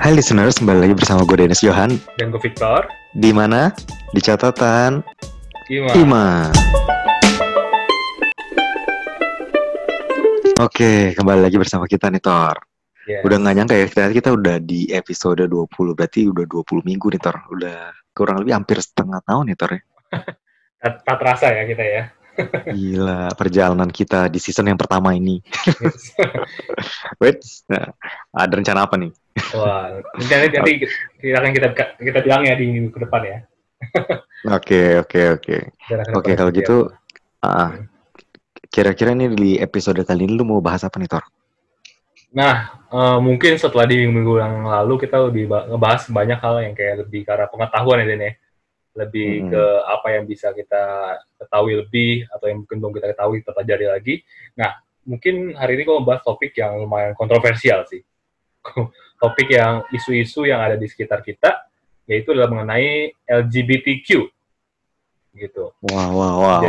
Hai listeners, kembali lagi bersama gue Dennis Johan. Dan gue Victor. Di mana? Di catatan Ima. Oke, kembali lagi bersama kita nih Tor. Yes. Udah gak nyangka ya, kita udah di episode 20. Berarti udah 20 minggu nih Tor. Udah kurang lebih hampir setengah tahun nih Tor ya. Tak terasa ya kita ya. Gila, perjalanan kita di season yang pertama ini. Yes. Wait, nah, ada rencana apa nih? Wah, nanti akan kita bilang ya di minggu ke depan ya. Oke. Oke, kalau gitu kira-kira nih di episode kali ini lu mau bahas apa nih Tor? Nah, mungkin setelah di minggu yang lalu kita lebih ngebahas banyak hal yang kayak lebih ke arah pengetahuan ya Den ya. Lebih ke apa yang bisa kita ketahui lebih atau yang mungkin belum kita ketahui kita pelajari lagi. Nah, mungkin hari ini gue membahas topik yang lumayan kontroversial sih. Topik yang isu-isu yang ada di sekitar kita, yaitu adalah mengenai LGBTQ. Gitu. Wah.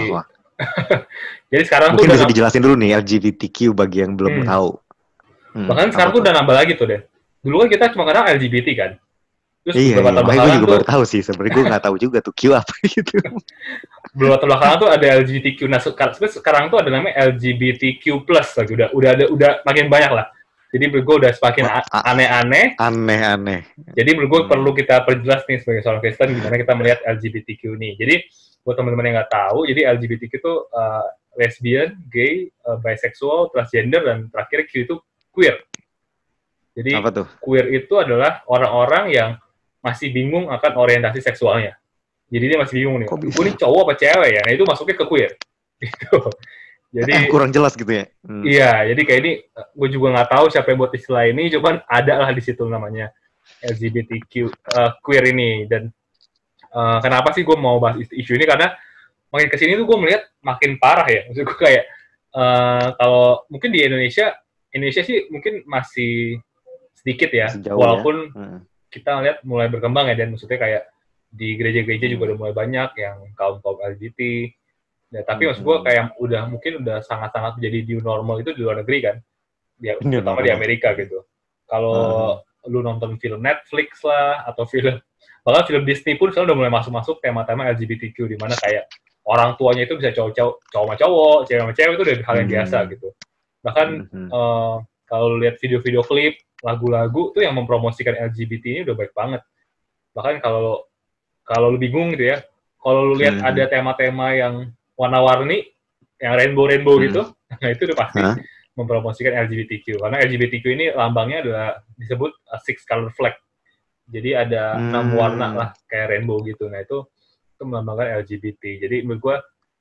Jadi sekarang mungkin tuh bisa dijelasin dulu nih LGBTQ bagi yang belum tahu. Bahkan sekarang tuh udah nambah lagi tuh deh. Dulu kan kita cuma kenal LGBT kan. Terus beberapa tahun belakangan gue juga baru tahu sih. Sebenarnya gue nggak tahu juga tuh Q apa gitu. Beberapa tahun belakangan tuh ada LGBTQ. Nah sekarang tuh ada namanya LGBTQ+ lagi. Udah makin banyak lah. Jadi menurut gue udah semakin aneh-aneh. Jadi menurut gue perlu kita perjelas nih sebagai seorang Kristen gimana kita melihat LGBTQ ini. Jadi buat teman-teman yang nggak tahu, jadi LGBTQ itu lesbian, gay, bisexual, transgender, dan terakhir Q itu queer. Jadi queer itu adalah orang-orang yang masih bingung akan orientasi seksualnya. Jadi dia masih bingung nih, gue ini cowok apa cewek ya? Nah itu masuknya ke queer. Gitu. Jadi kurang jelas gitu ya. Iya, jadi kayak ini gue juga nggak tahu siapa yang buat istilah ini, cuman ada lah di situ namanya LGBTQ queer ini. Dan kenapa sih gue mau bahas isu ini, karena makin kesini tuh gue melihat makin parah ya. Maksud gue kayak kalau mungkin di Indonesia sih mungkin masih sedikit ya, walaupun kita lihat mulai berkembang ya, dan maksudnya kayak di gereja-gereja juga udah mulai banyak yang kaum LGBT. Ya, tapi maksud gue kayak mungkin udah sangat-sangat menjadi new normal itu di luar negeri kan, terutama di Amerika gitu. Kalau lu nonton film Netflix lah atau bahkan film Disney pun sekarang udah mulai masuk tema-tema LGBTQ, di mana kayak orang tuanya itu bisa cowok sama cowok, cewek sama cewek, itu udah hal yang biasa gitu. Bahkan kalau lu lihat video-video klip, lagu-lagu tuh yang mempromosikan LGBT ini udah baik banget. Bahkan kalau lu bingung gitu ya, kalau lu lihat ada tema-tema yang warna-warni, yang rainbow gitu, nah itu udah pasti mempromosikan LGBTQ. Karena LGBTQ ini lambangnya adalah disebut six color flag. Jadi ada 6 warna lah, kayak rainbow gitu. Nah itu melambangkan LGBT. Jadi menurut gue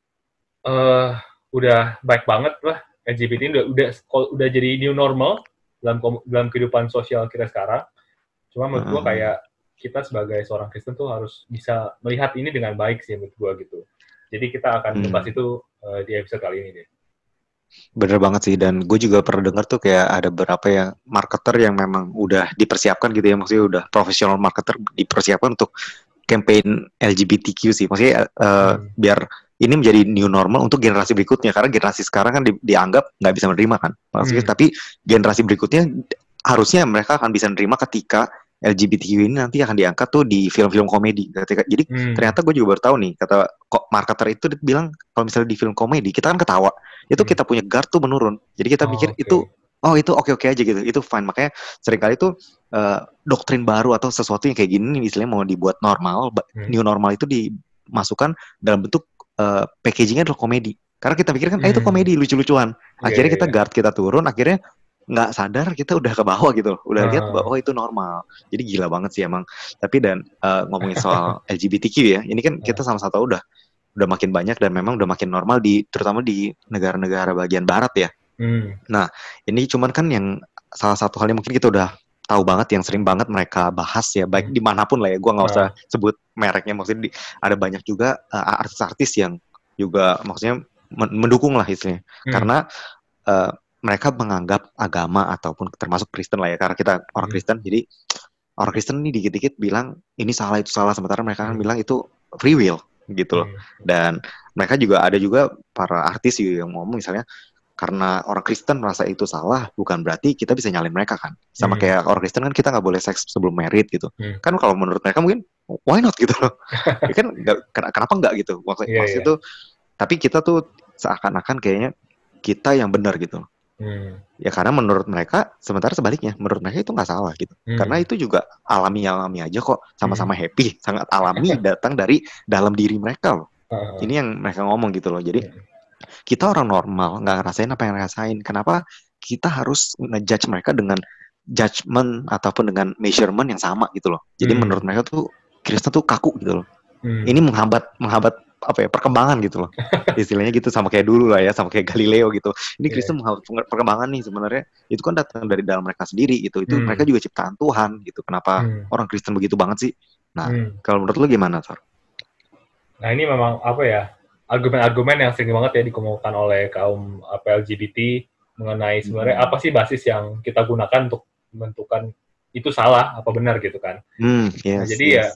udah baik banget lah, LGBT ini udah jadi new normal dalam kehidupan sosial kita sekarang. Cuma menurut gue kayak kita sebagai seorang Kristen tuh harus bisa melihat ini dengan baik sih menurut gue gitu. Jadi kita akan membahas itu di episode kali ini deh. Bener banget sih, dan gue juga pernah dengar tuh kayak ada beberapa yang marketer yang memang udah dipersiapkan gitu ya, maksudnya udah profesional marketer dipersiapkan untuk campaign LGBTQ sih, maksudnya biar ini menjadi new normal untuk generasi berikutnya, karena generasi sekarang kan dianggap nggak bisa menerima kan, maksudnya tapi generasi berikutnya harusnya mereka akan bisa menerima ketika LGBTQ ini nanti akan diangkat tuh di film-film komedi. Jadi ternyata gue juga baru tahu nih, kata marketer itu bilang kalau misalnya di film komedi kita kan ketawa, itu kita punya guard tuh menurun. Jadi kita pikir itu oke aja gitu, itu fine. Makanya seringkali tuh doktrin baru atau sesuatu yang kayak gini istilahnya mau dibuat normal, new normal itu dimasukkan dalam bentuk packagingnya adalah komedi. Karena kita pikir kan itu komedi, lucu-lucuan. Akhirnya kita guard kita turun, akhirnya nggak sadar kita udah ke bawah gitu, udah lihat bahwa itu normal. Jadi gila banget sih emang. Tapi dan ngomongin soal LGBTQ ya, ini kan kita sama-sama tahu udah makin banyak dan memang udah makin normal terutama di negara-negara bagian barat ya. Nah ini cuman kan yang salah satu hal yang mungkin kita udah tahu banget, yang sering banget mereka bahas ya, baik dimanapun lah ya, gue nggak usah sebut mereknya, maksudnya ada banyak juga artis-artis yang juga maksudnya mendukung lah istilahnya, karena mereka menganggap agama ataupun termasuk Kristen lah ya, karena kita orang Kristen, jadi orang Kristen ini dikit-dikit bilang ini salah itu salah, sementara mereka kan bilang itu free will gitu loh. Dan mereka juga ada juga para artis yang ngomong misalnya karena orang Kristen merasa itu salah, bukan berarti kita bisa nyalin mereka kan. Sama kayak orang Kristen kan kita nggak boleh seks sebelum married gitu. Kan kalau menurut mereka mungkin why not gitu loh. Ya kan kenapa nggak gitu. Maksudnya itu, tapi kita tuh seakan-akan kayaknya kita yang benar gitu loh. Ya karena menurut mereka, sementara sebaliknya, menurut mereka itu nggak salah gitu. Karena itu juga alami-alami aja kok, sama-sama happy, sangat alami datang dari dalam diri mereka loh. Ini yang mereka ngomong gitu loh. Jadi kita orang normal, nggak ngerasain apa yang ngerasain. Kenapa kita harus ngejudge mereka dengan judgment ataupun dengan measurement yang sama gitu loh. Jadi menurut mereka tuh Kristen tuh kaku gitu loh. Ini menghambat apa ya, perkembangan gitu loh. Istilahnya gitu, sama kayak dulu lah ya, sama kayak Galileo gitu. Ini Kristen menghambat perkembangan nih sebenarnya. Itu kan datang dari dalam mereka sendiri gitu. Itu mereka juga ciptaan Tuhan gitu. Kenapa orang Kristen begitu banget sih? Nah, kalau menurut lu gimana, Sor? Nah, ini memang apa ya? Argumen-argumen yang sering banget ya dikemukakan oleh kaum LGBT mengenai sebenarnya apa sih basis yang kita gunakan untuk menentukan itu salah apa benar gitu kan. Nah, jadi ya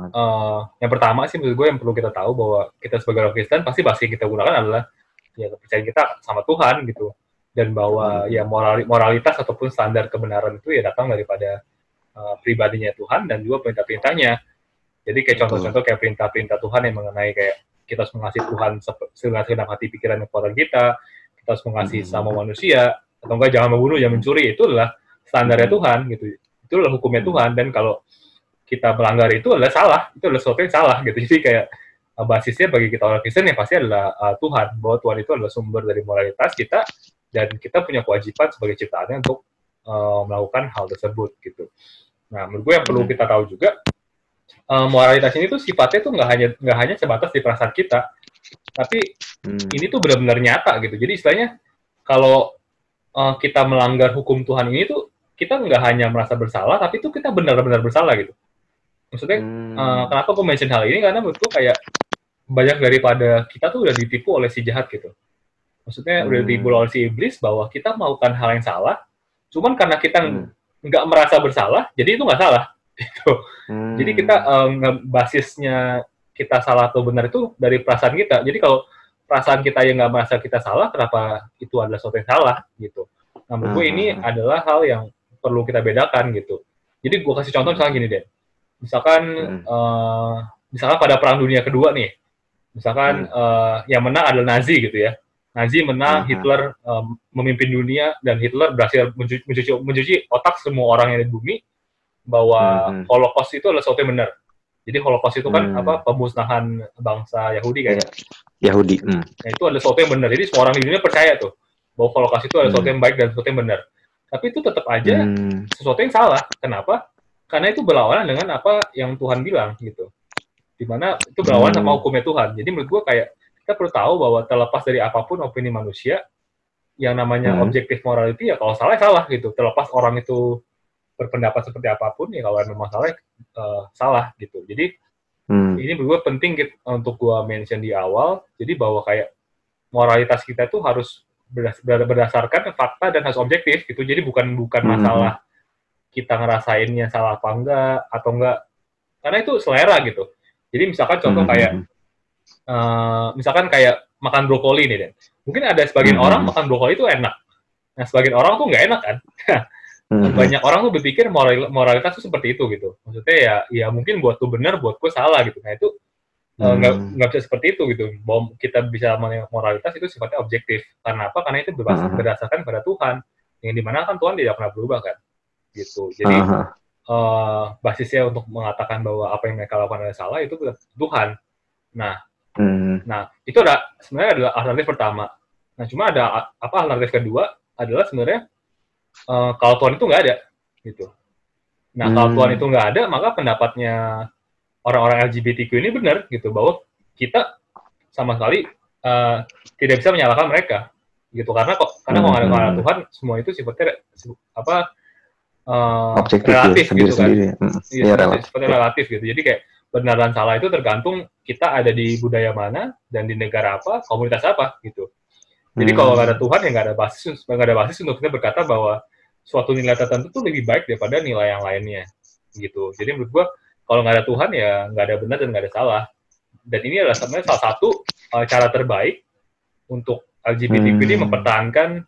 yang pertama sih menurut gue yang perlu kita tahu bahwa kita sebagai orang Kristen pasti basis yang kita gunakan adalah ya kepercayaan kita sama Tuhan gitu, dan bahwa ya moralitas ataupun standar kebenaran itu ya datang daripada pribadinya Tuhan dan juga perintah-perintahnya. Jadi kayak contoh-contoh kayak perintah-perintah Tuhan yang mengenai kayak kita harus mengasihi Tuhan segenap hati pikiran dan kekuatan kita harus mengasihi sama manusia, atau enggak jangan membunuh, jangan mencuri, itu adalah standarnya Tuhan gitu. Itu adalah hukumnya Tuhan, dan kalau kita melanggar itu adalah salah, itu adalah sesuatu yang salah gitu. Jadi kayak basisnya bagi kita orang Kristen yang pasti adalah Tuhan, bahwa Tuhan itu adalah sumber dari moralitas kita, dan kita punya kewajiban sebagai ciptaannya untuk melakukan hal tersebut gitu. Nah, menurut gue yang perlu kita tahu juga, moralitas ini tuh sifatnya tuh nggak hanya sebatas di perasaan kita, tapi ini tuh benar-benar nyata gitu. Jadi istilahnya kalau kita melanggar hukum Tuhan ini tuh kita nggak hanya merasa bersalah, tapi tuh kita benar-benar bersalah gitu. Maksudnya kenapa gue mention hal ini, karena menurutku kayak banyak daripada kita tuh udah ditipu oleh si jahat gitu. Maksudnya udah ditipu oleh si iblis bahwa kita melakukan hal yang salah, cuman karena kita nggak merasa bersalah, jadi itu nggak salah gitu. Jadi kita basisnya kita salah atau benar itu dari perasaan kita. Jadi kalau perasaan kita yang nggak merasa kita salah, kenapa itu adalah sesuatu yang salah gitu. Nah, menurut gue ini adalah hal yang perlu kita bedakan gitu. Jadi gue kasih contoh misalnya gini deh. Misalkan pada Perang Dunia Kedua nih, misalkan yang menang adalah Nazi gitu ya. Nazi menang, Hitler memimpin dunia, dan Hitler berhasil mencuci otak semua orang yang ada di bumi bahwa Holocaust itu adalah sesuatu yang benar. Jadi Holocaust itu kan pemusnahan bangsa Yahudi kayaknya. Yahudi. Nah, itu adalah sesuatu yang benar. Jadi semua orang di dunia percaya tuh bahwa Holocaust itu adalah sesuatu yang baik dan sesuatu yang benar. Tapi itu tetap aja sesuatu yang salah. Kenapa? Karena itu berlawanan dengan apa yang Tuhan bilang gitu. Dimana itu berlawanan sama hukumnya Tuhan. Jadi menurut gue kayak kita perlu tahu bahwa terlepas dari apapun opini manusia, yang namanya objective morality ya kalau salah salah gitu. Terlepas orang itu berpendapat seperti apapun, ya kalau memang salah salah gitu. Jadi ini menurut gue penting untuk gue mention di awal. Jadi bahwa kayak moralitas kita tuh harus berdasarkan fakta dan harus objektif gitu. Jadi bukan masalah kita ngerasainnya salah apa enggak atau enggak, karena itu selera gitu. Jadi misalkan contoh kayak misalkan kayak makan brokoli nih, Den. Mungkin ada sebagian orang makan brokoli itu enak. Nah, sebagian orang tuh nggak enak kan. Banyak orang tuh berpikir moralitas itu seperti itu gitu. Maksudnya ya mungkin buat tuh benar, buat gue salah gitu. Nah itu nggak bisa seperti itu gitu. Bahwa kita bisa moralitas itu sifatnya objektif. Karena apa? Karena itu berdasarkan pada Tuhan. Yang dimana kan Tuhan tidak pernah berubah kan. Gitu. Jadi basisnya untuk mengatakan bahwa apa yang mereka lakukan adalah salah itu Tuhan. Nah itu sebenarnya adalah alternatif pertama. Nah cuma ada alternatif kedua adalah sebenarnya kalau Tuhan itu nggak ada, gitu. Nah, kalau Tuhan itu nggak ada, maka pendapatnya orang-orang LGBTQ ini benar, gitu, bahwa kita sama sekali tidak bisa menyalahkan mereka, gitu. Karena kalau nggak ada Tuhan, semua itu sifatnya relatif, gitu kan. Sifatnya relatif, gitu. Jadi kayak benar dan salah itu tergantung kita ada di budaya mana dan di negara apa, komunitas apa, gitu. Jadi kalau nggak ada Tuhan, ya nggak ada basis untuk kita berkata bahwa suatu nilai tertentu tuh lebih baik daripada nilai yang lainnya, gitu. Jadi menurut gua kalau nggak ada Tuhan ya nggak ada benar dan nggak ada salah. Dan ini adalah sebenarnya salah satu cara terbaik untuk LGBTQ ini mempertahankan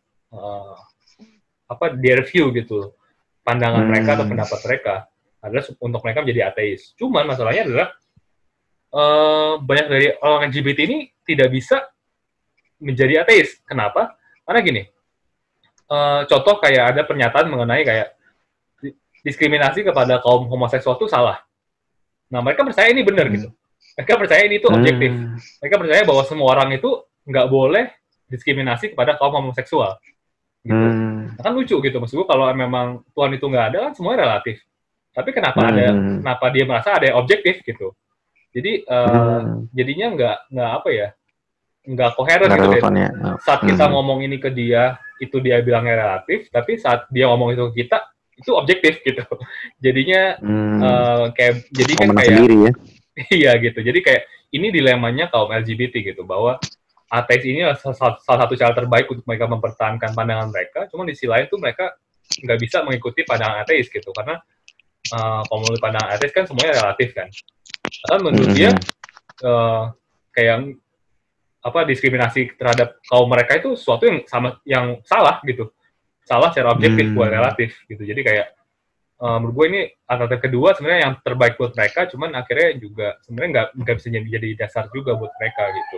their view gitu, pandangan mereka atau pendapat mereka adalah untuk mereka menjadi ateis. Cuman masalahnya adalah banyak dari orang LGBT ini tidak bisa menjadi ateis. Kenapa? Karena gini, contoh kayak ada pernyataan mengenai kayak diskriminasi kepada kaum homoseksual itu salah. Nah, mereka percaya ini benar gitu. Mereka percaya ini itu objektif. Mereka percaya bahwa semua orang itu nggak boleh diskriminasi kepada kaum homoseksual. Gitu. Nah, kan lucu gitu. Maksud gue kalau memang Tuhan itu nggak ada kan semuanya relatif. Tapi kenapa kenapa dia merasa ada yang objektif gitu. Jadi jadinya nggak apa ya, nggak koheren gitu deh. Saat kita ngomong ini ke dia, itu dia bilangnya relatif, tapi saat dia ngomong itu ke kita, itu objektif gitu. Jadinya kayak jadi kan kayak sendiri, ya? Iya gitu. Jadi kayak ini dilemanya kaum LGBT gitu, bahwa ateis ini salah satu cara terbaik untuk mereka mempertahankan pandangan mereka. Cuma di sisi lain tuh mereka nggak bisa mengikuti pandangan ateis gitu, karena kalau menurut pandangan ateis kan semuanya relatif kan. Karena menurut dia kayak diskriminasi terhadap kaum mereka itu sesuatu yang salah gitu, salah secara objektif bukan relatif gitu. Jadi kayak menurut gue ini alternatif kedua sebenarnya yang terbaik buat mereka, cuman akhirnya juga sebenarnya nggak bisa jadi dasar juga buat mereka gitu.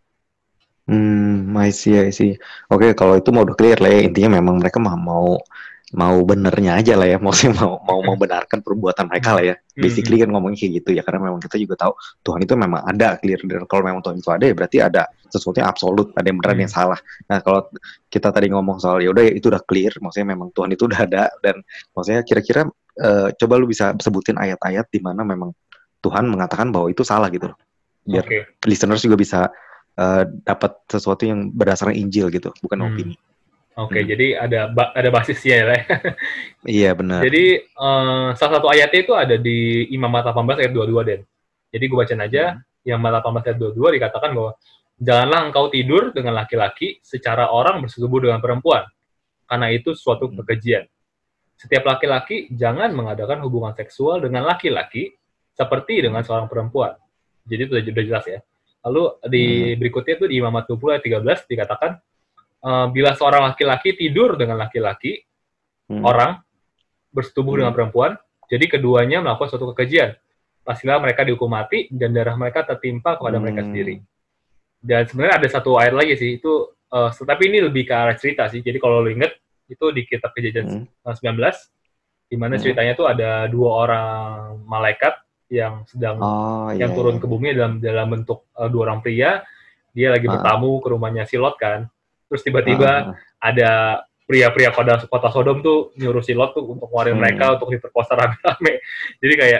I see. Oke, kalau itu mau udah clear lah ya, intinya memang mereka mau benernya aja lah ya, maksudnya mau membenarkan perbuatan mereka lah ya. Basically kan ngomongnya kayak gitu ya, karena memang kita juga tahu Tuhan itu memang ada, clear. Dan kalau memang Tuhan itu ada ya berarti ada sesuatu yang absolut, ada yang benar, yang salah. Nah, kalau kita tadi ngomong soal ya udah itu udah clear, maksudnya memang Tuhan itu udah ada, dan maksudnya kira-kira coba lu bisa sebutin ayat-ayat di mana memang Tuhan mengatakan bahwa itu salah gitu, biar listeners juga bisa dapat sesuatu yang berdasarkan Injil gitu, bukan opini. Jadi ada basisnya ya. Iya, benar. Jadi salah satu ayatnya itu ada di Imamat 18 ayat 22 Den. Jadi gue bacain aja. Imamat 18 ayat 22 dikatakan bahwa janganlah engkau tidur dengan laki-laki secara orang bersetubuh dengan perempuan, karena itu suatu kekejian. Setiap laki-laki jangan mengadakan hubungan seksual dengan laki-laki seperti dengan seorang perempuan. Jadi itu sudah jelas ya. Lalu di berikutnya itu di Imamat 20 ayat 13 dikatakan bila seorang laki-laki tidur dengan laki-laki orang bersetubuh dengan perempuan, jadi keduanya melakukan suatu kekejian. Pastilah mereka dihukum mati dan darah mereka tertimpa kepada mereka sendiri. Dan sebenarnya ada satu ayat lagi sih, itu tapi ini lebih ke arah cerita sih. Jadi kalau lo inget, itu di kitab Kejadian 19, di mana ceritanya tuh ada dua orang malaikat yang sedang turun ke bumi dalam bentuk dua orang pria. Dia lagi bertamu ke rumahnya si Lot kan. Terus tiba-tiba ada pria-pria kota Sodom tuh nyuruh si Lot tuh untuk ngeluarin mereka untuk diperkosa rame-rame. Jadi kayak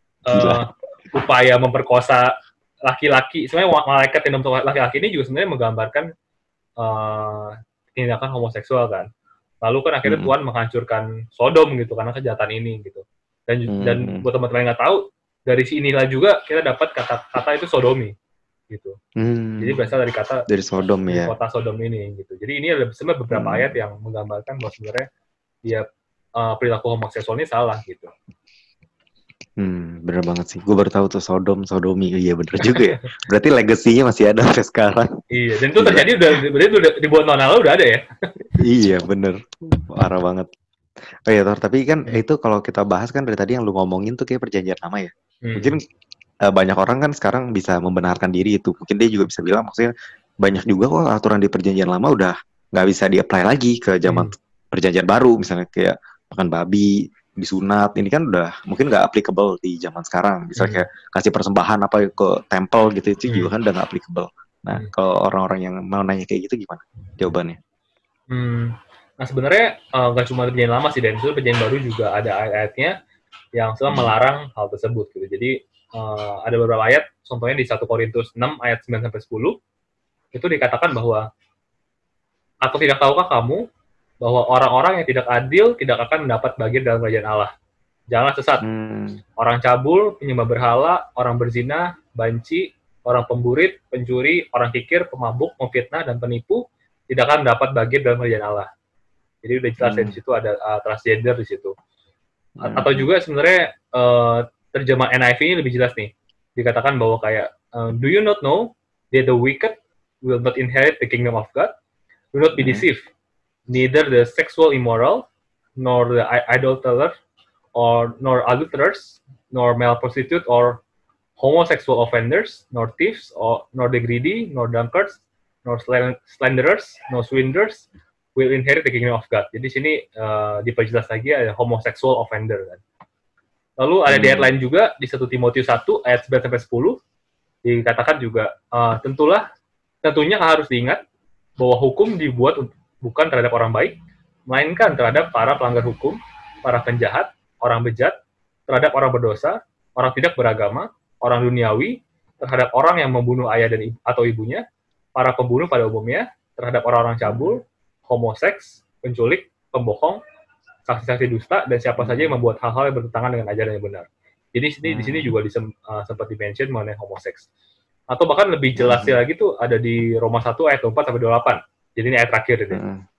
upaya memperkosa laki-laki. Sebenarnya malaikat yang bentuk laki-laki ini juga sebenarnya menggambarkan tindakan homoseksual kan. Lalu kan akhirnya Tuhan menghancurkan Sodom gitu karena kejahatan ini gitu. Dan buat teman-teman yang nggak tahu, dari sinilah juga kita dapat kata itu sodomi gitu. Jadi berasal dari kata dari Sodom ya. Kota Sodom ini gitu. Jadi ini ada sebenarnya beberapa ayat yang menggambarkan bahwa sebenarnya dia perilaku homoseksual ini salah gitu. Bener banget sih. Gue baru tahu tuh sodomi. Iya bener juga ya. Berarti legasinya masih ada sampai sekarang. Iya, dan itu terjadi udah dibuat tahun lalu udah ada ya. Iya bener. Parah banget. Oh iya Thor, tapi kan itu kalau kita bahas kan dari tadi yang lu ngomongin tuh kayak perjanjian lama ya. Mungkin banyak orang kan sekarang bisa membenarkan diri itu. Mungkin dia juga bisa bilang, maksudnya banyak juga kok aturan di perjanjian lama udah nggak bisa di-apply lagi ke zaman perjanjian baru. Misalnya kayak makan babi, disunat, ini kan udah mungkin nggak applicable di zaman sekarang. Misalnya kayak kasih persembahan apa ke temple gitu, itu juga kan udah nggak applicable. Nah, kalau orang-orang yang mau nanya kayak gitu gimana jawabannya? Nah sebenarnya nggak cuma perjanjian lama sih, dan itu perjanjian baru juga ada ayat-ayatnya yang sudah melarang hal tersebut gitu. Jadi ada beberapa ayat, contohnya di 1 Korintus 6 ayat 9-10, itu dikatakan bahwa, atau tidak tahukah kamu bahwa orang-orang yang tidak adil tidak akan mendapat bagian dalam kerajaan Allah. Janganlah sesat. Orang cabul, penyembah berhala, orang berzina, banci, orang pemburit, pencuri, orang kikir, pemabuk, memfitnah, dan penipu tidak akan mendapat bagian dalam kerajaan Allah. Jadi udah jelas di situ ada transgender di situ. Atau juga sebenarnya terjemah NIV ini lebih jelas nih. Dikatakan bahwa kayak do you not know that the wicked will not inherit the kingdom of God? Do not be deceived. Neither the sexual immoral, nor the idolater, or nor adulterers, nor male prostitute, or homosexual offenders, nor thieves, or nor the greedy, nor drunkards, nor slanderers, nor swindlers will inherit the kingdom of God. Jadi di sini diperjelas lagi ada homosexual offender kan. Lalu ada di ayat lain juga di 1 Timotius 1 ayat 9 sampai 10 dikatakan juga tentunya harus diingat bahwa hukum dibuat bukan terhadap orang baik, melainkan terhadap para pelanggar hukum, para penjahat, orang bejat, terhadap orang berdosa, orang tidak beragama, orang duniawi, terhadap orang yang membunuh ayah dan atau ibunya, para pembunuh pada umumnya, terhadap orang-orang cabul, homoseks, penculik, pembohong, saksi-saksi dusta, dan siapa saja yang membuat hal-hal yang bertentangan dengan ajaran yang benar. Jadi di sini juga sempat di-mention mengenai homoseks. Atau bahkan lebih jelasnya lagi tuh ada di Roma 1 ayat 24 sampai 28. Jadi ini ayat terakhir ini.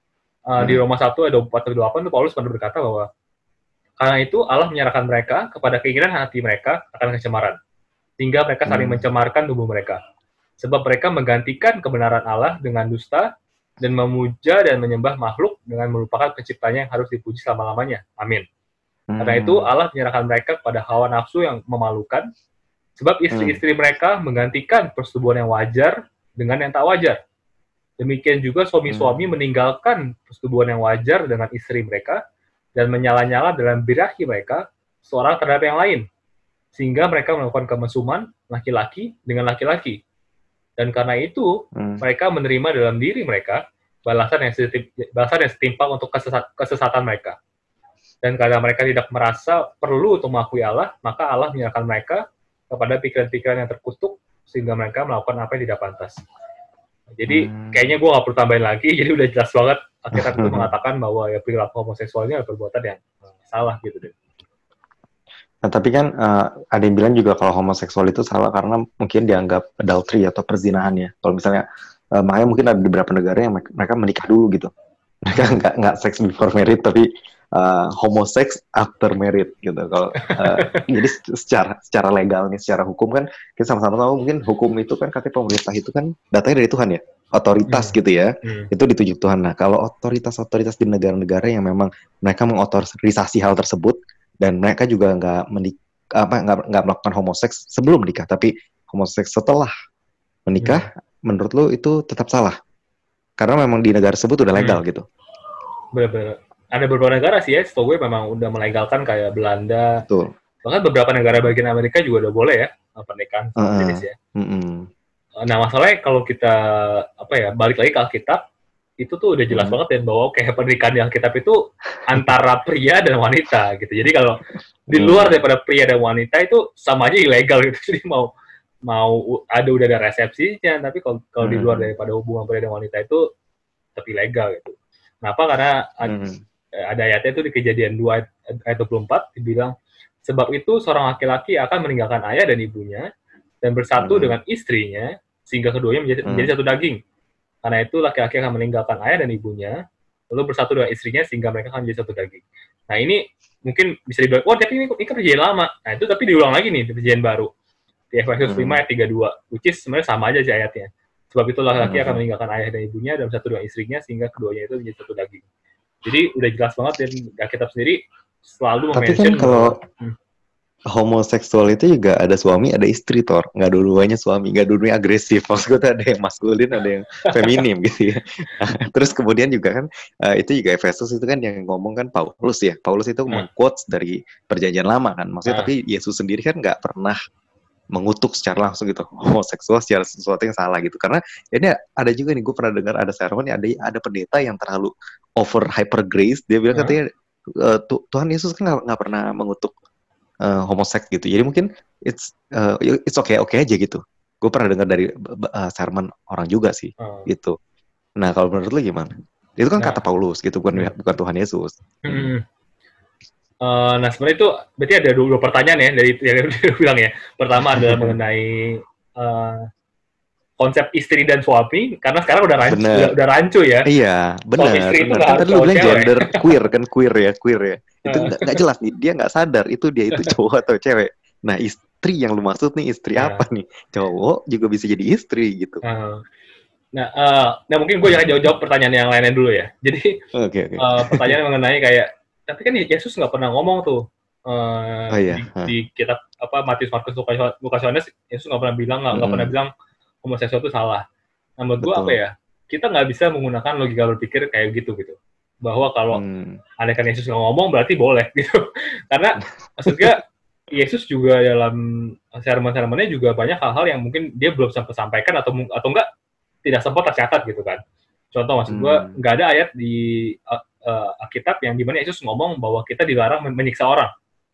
Di Roma 1 ayat 24 sampai 28 tuh Paulus pernah berkata bahwa karena itu Allah menyerahkan mereka kepada keinginan hati mereka akan kecemaran, sehingga mereka saling mencemarkan tubuh mereka. Sebab mereka menggantikan kebenaran Allah dengan dusta dan memuja dan menyembah makhluk dengan melupakan penciptanya yang harus dipuji selama-lamanya. Amin. Karena itu Allah menyerahkan mereka kepada hawa nafsu yang memalukan, sebab istri-istri mereka menggantikan persetubuhan yang wajar dengan yang tak wajar. Demikian juga suami-suami meninggalkan persetubuhan yang wajar dengan istri mereka dan menyala-nyala dalam birahi mereka seorang terhadap yang lain, sehingga mereka melakukan kemesuman laki-laki dengan laki-laki. Dan karena itu, mereka menerima dalam diri mereka balasan yang setimpal untuk kesesatan mereka. Dan karena mereka tidak merasa perlu untuk mengakui Allah, maka Allah menyerahkan mereka kepada pikiran-pikiran yang terkutuk, sehingga mereka melakukan apa yang tidak pantas. Jadi, kayaknya gue gak perlu tambahin lagi, jadi udah jelas banget Alkitab itu mengatakan bahwa ya perilaku homoseksual ini adalah perbuatan yang salah gitu deh. Nah, tapi kan ada yang bilang juga kalau homoseksual itu salah karena mungkin dianggap adultery atau perzinahan ya. Kalau misalnya, makanya mungkin ada beberapa negara yang mereka menikah dulu gitu. Mereka nggak sex before married, tapi homosex after married gitu. Kalau jadi secara legal nih, secara hukum kan kita sama-sama tahu mungkin hukum itu kan katanya pemerintah itu kan datangnya dari Tuhan ya, otoritas gitu ya. Itu ditunjuk Tuhan. Nah, kalau otoritas di negara-negara yang memang mereka mengotorisasi hal tersebut dan mereka juga nggak melakukan homoseks sebelum menikah, tapi homoseks setelah menikah, menurut lo itu tetap salah karena memang di negara tersebut udah legal gitu. Benar-benar. Ada beberapa negara sih ya, setahu gue memang udah melegalkan kayak Belanda. Betul. Bahkan beberapa negara bagian Amerika juga udah boleh ya pernikahan sama jenis ya. Nah, masalahnya kalau kita balik lagi ke Alkitab, itu tuh udah jelas banget ya bahwa kayak pernikahan di Alkitab itu antara pria dan wanita gitu. Jadi kalau di luar daripada pria dan wanita itu sama aja ilegal gitu. Jadi mau udah ada resepsinya, tapi kalau di luar daripada hubungan pria dan wanita itu tetap ilegal gitu. Kenapa? Karena ada ayatnya itu di Kejadian 2 ayat 24 dibilang, sebab itu seorang laki-laki akan meninggalkan ayah dan ibunya dan bersatu dengan istrinya sehingga keduanya menjadi satu daging. Karena itu laki-laki akan meninggalkan ayah dan ibunya, lalu bersatu dengan istrinya sehingga mereka akan menjadi satu daging. Nah ini mungkin bisa dibilang, tapi ini kan perjanjian lama. Nah itu tapi diulang lagi nih di perjanjian baru. Di Efesus 5 ayat 32, which is sebenarnya sama aja sih ayatnya. Sebab itu laki-laki akan meninggalkan ayah dan ibunya dan bersatu dengan istrinya sehingga keduanya itu menjadi satu daging. Jadi udah jelas banget dan Alkitab sendiri selalu men-mention. Tapi kan kalau homoseksual itu juga ada suami, ada istri, Tor. Nggak dua-duanya suami, nggak dua-duanya agresif. Maksud gue ada yang maskulin, ada yang feminim gitu ya. Terus kemudian juga kan, itu juga Efesus itu kan yang ngomong kan Paulus ya. Paulus itu meng-quotes dari perjanjian lama kan. Maksudnya tapi Yesus sendiri kan nggak pernah mengutuk secara langsung gitu homoseksual secara sesuatu yang salah gitu. Karena ini ada juga nih, gue pernah dengar ada sermon ada pendeta yang terlalu over hyper grace. Dia bilang katanya Tuhan Yesus kan nggak pernah mengutuk homoseks gitu. Jadi mungkin it's okay aja gitu. Gue pernah dengar dari sermon orang juga sih gitu. Nah kalau menurut lu gimana? Itu kan kata Paulus gitu, bukan Tuhan Yesus. Nah sebenarnya itu berarti ada dua pertanyaan ya dari yang dia bilang ya. Pertama adalah mengenai konsep istri dan suami, karena sekarang udah rancu ya. Iya, benar. Kan tadi lu bilang gender queer ya. Itu nggak jelas nih, dia nggak sadar itu dia itu cowok atau cewek. Nah istri yang lu maksud nih istri apa nih? Cowok juga bisa jadi istri gitu. Nah mungkin gue jangan jawab pertanyaan yang lainnya dulu ya. Jadi Oke. pertanyaan mengenai kayak, tapi kan Yesus nggak pernah ngomong tuh Oh iya. di kitab apa Matius, Markus, Lukas, Yohanes, Yesus nggak pernah bilang nggak pernah bilang homoseksual itu salah. Nah menurut gue apa Betul. ya? Kita nggak bisa menggunakan logika berpikir kayak gitu bahwa kalau andaikan Yesus nggak ngomong berarti boleh gitu. Karena maksudnya Yesus juga dalam sermon-sermonnya juga banyak hal-hal yang mungkin dia belum sempat sampaikan atau enggak tidak sempat tercatat gitu kan. Contoh maksud gue nggak ada ayat di Alkitab yang dimana Yesus ngomong bahwa kita dilarang menyiksa orang.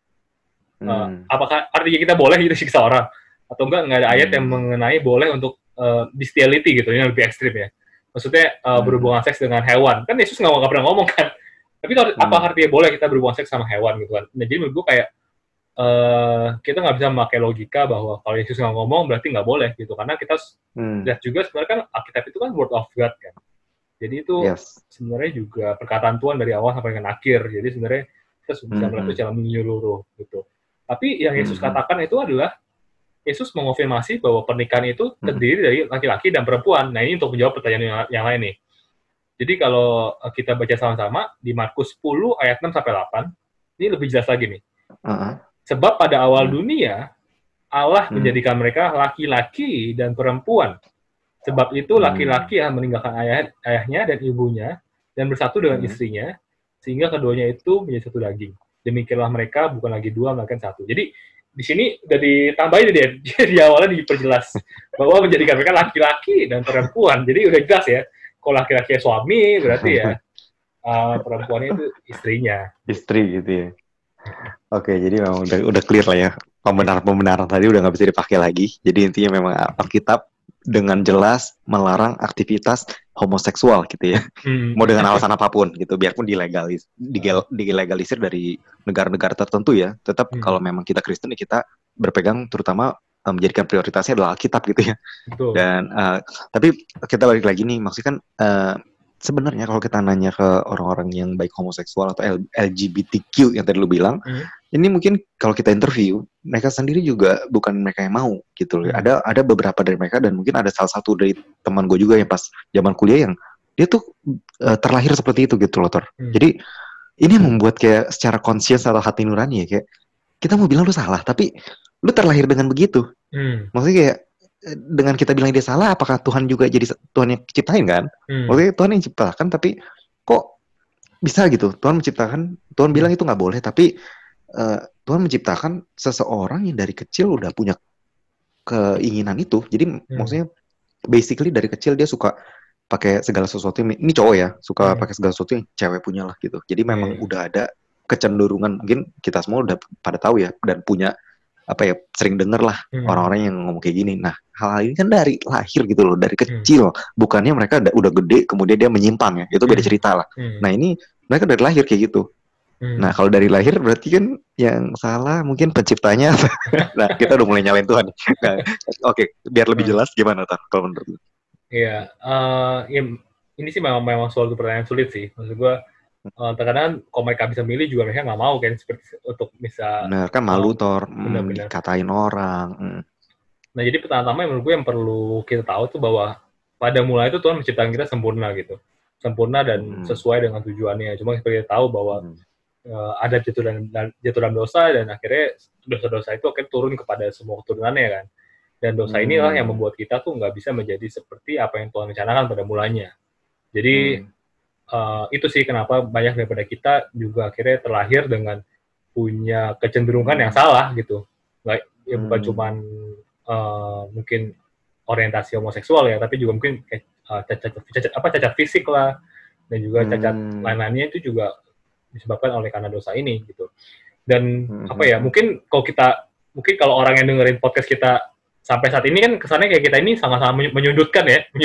Apakah artinya kita boleh gitu siksa orang? Atau nggak ada ayat yang mengenai boleh untuk bestiality gitu, yang lebih ekstrim ya. Maksudnya berhubungan seks dengan hewan. Kan Yesus nggak pernah ngomong kan. Tapi apa artinya boleh kita berhubungan seks sama hewan gitu kan. Nah, jadi menurut gue kayak kita nggak bisa memakai logika bahwa kalau Yesus nggak ngomong berarti nggak boleh gitu. Karena kita lihat juga sebenarnya kan Alkitab itu kan word of God kan. Jadi itu sebenarnya juga perkataan Tuhan dari awal sampai dengan akhir. Jadi sebenarnya kita bisa melihat itu secara menyeluruh gitu. Tapi yang Yesus katakan itu adalah Yesus mengonfirmasi bahwa pernikahan itu terdiri dari laki-laki dan perempuan. Nah, ini untuk menjawab pertanyaan yang lain nih. Jadi kalau kita baca sama-sama di Markus 10 ayat 6 sampai 8, ini lebih jelas lagi nih. Sebab pada awal dunia Allah menjadikan mereka laki-laki dan perempuan. Sebab itu laki-laki yang meninggalkan ayahnya dan ibunya dan bersatu dengan istrinya sehingga keduanya itu menjadi satu daging. Demikianlah mereka bukan lagi dua melainkan satu. Jadi di sini udah ditambahin dia di awalnya diperjelas bahwa menjadikan mereka laki-laki dan perempuan. Jadi udah jelas ya. Kalau laki-laki suami berarti ya perempuannya itu istrinya. Istri gitu ya. Oke, jadi memang udah clear lah ya. Pembenaran tadi udah nggak bisa dipakai lagi. Jadi intinya memang Alkitab dengan jelas melarang aktivitas homoseksual gitu ya. Mau dengan alasan apapun gitu, biarpun dilegalisir dari negara-negara tertentu ya. Tetap kalau memang kita Kristen kita berpegang terutama menjadikan prioritasnya adalah Alkitab gitu ya. Betul. Dan tapi kita balik lagi nih, maksudnya kan sebenarnya kalau kita nanya ke orang-orang yang baik homoseksual atau LGBTQ yang tadi lu bilang, ini mungkin kalau kita interview, mereka sendiri juga bukan mereka yang mau gitu loh. Ada beberapa dari mereka dan mungkin ada salah satu dari teman gue juga yang pas zaman kuliah yang dia tuh terlahir seperti itu gitu loh, Tor. Jadi ini membuat kayak secara conscious atau hati nurani ya kayak kita mau bilang lu salah, tapi lu terlahir dengan begitu. Maksudnya kayak dengan kita bilang dia salah, apakah Tuhan juga jadi Tuhan yang ciptain kan? Maksudnya Tuhan yang ciptakan, tapi kok bisa gitu? Tuhan menciptakan, Tuhan bilang itu nggak boleh, tapi Tuhan menciptakan seseorang yang dari kecil udah punya keinginan itu. Jadi maksudnya basically dari kecil dia suka pakai segala sesuatu. Ini cowok ya, suka pakai segala sesuatu yang cewek punya lah gitu. Jadi memang udah ada kecenderungan, mungkin kita semua udah pada tahu ya dan punya apa ya, sering denger lah orang-orang yang ngomong kayak gini. Nah, hal-hal ini kan dari lahir gitu loh, dari kecil. Bukannya mereka udah gede kemudian dia menyimpang ya, itu beda cerita lah. Nah, ini mereka dari lahir kayak gitu. Nah, kalau dari lahir berarti kan yang salah mungkin penciptanya. Nah, kita udah mulai nyalain Tuhan. Nah, oke, biar lebih jelas gimana Tar, kalau menurut lu? Iya, ini sih memang suatu pertanyaan sulit sih. Maksud gue, terkadang kalau mereka bisa milih juga mereka nggak mau kan seperti untuk bisa. Bener kan malu Tor, benar-benar dikatain orang. Nah, jadi pertama menurut gue yang perlu kita tahu tuh bahwa pada mulai itu Tuhan menciptakan kita sempurna gitu, sempurna dan sesuai dengan tujuannya. Cuma kita tahu bahwa ada jatuh dalam dosa dan akhirnya dosa-dosa itu akan turun kepada semua keturunannya kan. Dan dosa inilah yang membuat kita tuh nggak bisa menjadi seperti apa yang Tuhan rencanakan pada mulanya. Jadi itu sih kenapa banyak daripada kita juga akhirnya terlahir dengan punya kecenderungan yang salah gitu. Nggak, ya bukan cuman mungkin orientasi homoseksual ya, tapi juga mungkin cacat fisik lah, dan juga cacat lain-lainnya itu juga disebabkan oleh karena dosa ini gitu. Dan apa ya, mungkin kalau orang yang dengerin podcast kita sampai saat ini kan kesannya kayak kita ini sangat-sangat menyudutkan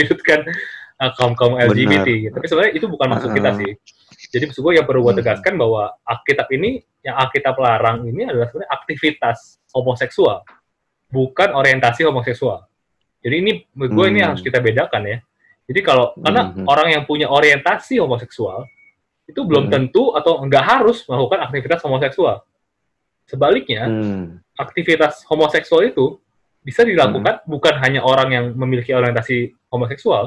kaum LGBT gitu. Tapi sebenarnya itu bukan maksud kita sih. Jadi maksud gue yang perlu gue tegaskan bahwa Alkitab ini, yang Alkitab larang ini adalah sebenarnya aktivitas homoseksual, bukan orientasi homoseksual. Jadi ini menurut gue ini harus kita bedakan ya. Jadi karena orang yang punya orientasi homoseksual itu belum tentu atau enggak harus melakukan aktivitas homoseksual. Sebaliknya, aktivitas homoseksual itu bisa dilakukan bukan hanya orang yang memiliki orientasi homoseksual,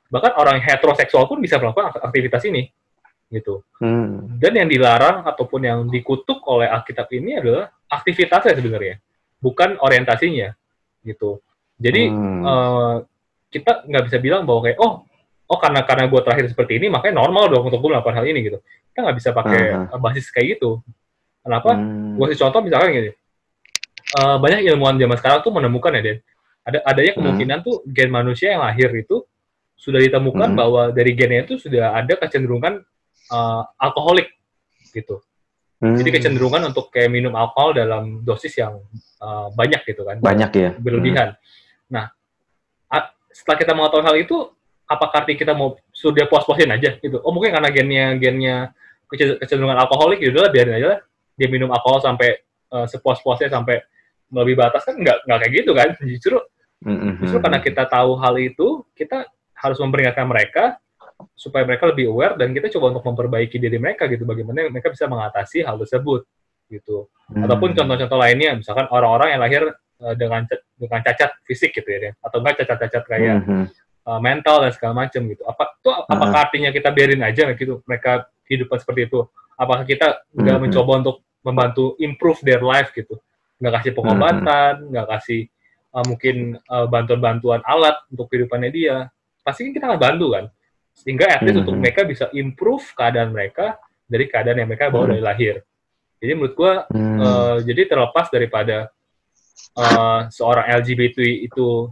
Bahkan orang heteroseksual pun bisa melakukan aktivitas ini, gitu. Dan yang dilarang ataupun yang dikutuk oleh Alkitab ini adalah aktivitasnya sebenarnya, bukan orientasinya, gitu. Jadi kita nggak bisa bilang bahwa kayak karena gue terakhir seperti ini makanya normal dong untuk gue melakukan hal ini gitu. Kita nggak bisa pakai basis kayak gitu. Kenapa? Gue kasih contoh misalkan gini, banyak ilmuwan zaman sekarang tuh menemukan ya, Den, adanya kemungkinan tuh gen manusia yang lahir itu sudah ditemukan bahwa dari gennya itu sudah ada kecenderungan alkoholik gitu. Jadi kecenderungan untuk kayak minum alkohol dalam dosis yang banyak gitu kan. Banyak ya. Berlebihan. Nah, setelah kita mengetahui hal itu, apakah arti kita mau sudah puas-puasin aja gitu? Oh mungkin karena gennya kecenderungan alkoholik, ya udahlah biarin aja lah dia minum alkohol sampai sepuas-puasnya sampai melebihi batas, kan nggak kayak gitu kan. Justru karena kita tahu hal itu, kita harus memperingatkan mereka supaya mereka lebih aware dan kita coba untuk memperbaiki diri mereka gitu, bagaimana mereka bisa mengatasi hal tersebut gitu. Ataupun contoh-contoh lainnya, misalkan orang-orang yang lahir dengan cacat fisik gitu ya, atau enggak cacat-cacat kayak mental dan segala macam gitu. Apakah artinya kita biarin aja gitu mereka kehidupan seperti itu? Apakah kita nggak mencoba untuk membantu improve their life gitu? Nggak kasih pengobatan, nggak kasih mungkin bantuan-bantuan alat untuk kehidupannya dia? Pasti kita nggak bantu kan? Sehingga at least untuk mereka bisa improve keadaan mereka dari keadaan yang mereka bawa dari lahir. Jadi menurut gue, jadi terlepas daripada seorang LGBT itu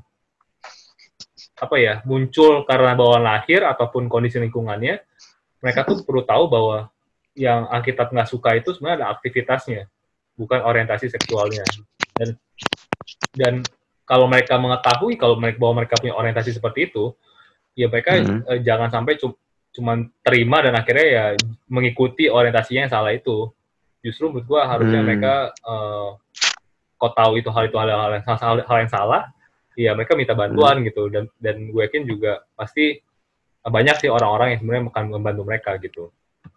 muncul karena bawaan lahir ataupun kondisi lingkungannya, mereka tuh perlu tahu bahwa yang Alkitab nggak suka itu sebenarnya ada aktivitasnya, bukan orientasi seksualnya. Dan kalau mereka mengetahui bahwa mereka punya orientasi seperti itu, ya mereka jangan sampai cuma terima dan akhirnya ya mengikuti orientasinya yang salah itu. Justru menurut gue harusnya mereka kok tahu itu hal yang salah, ya mereka minta bantuan gitu. Dan gue yakin juga pasti banyak sih orang-orang yang sebenarnya akan membantu mereka gitu.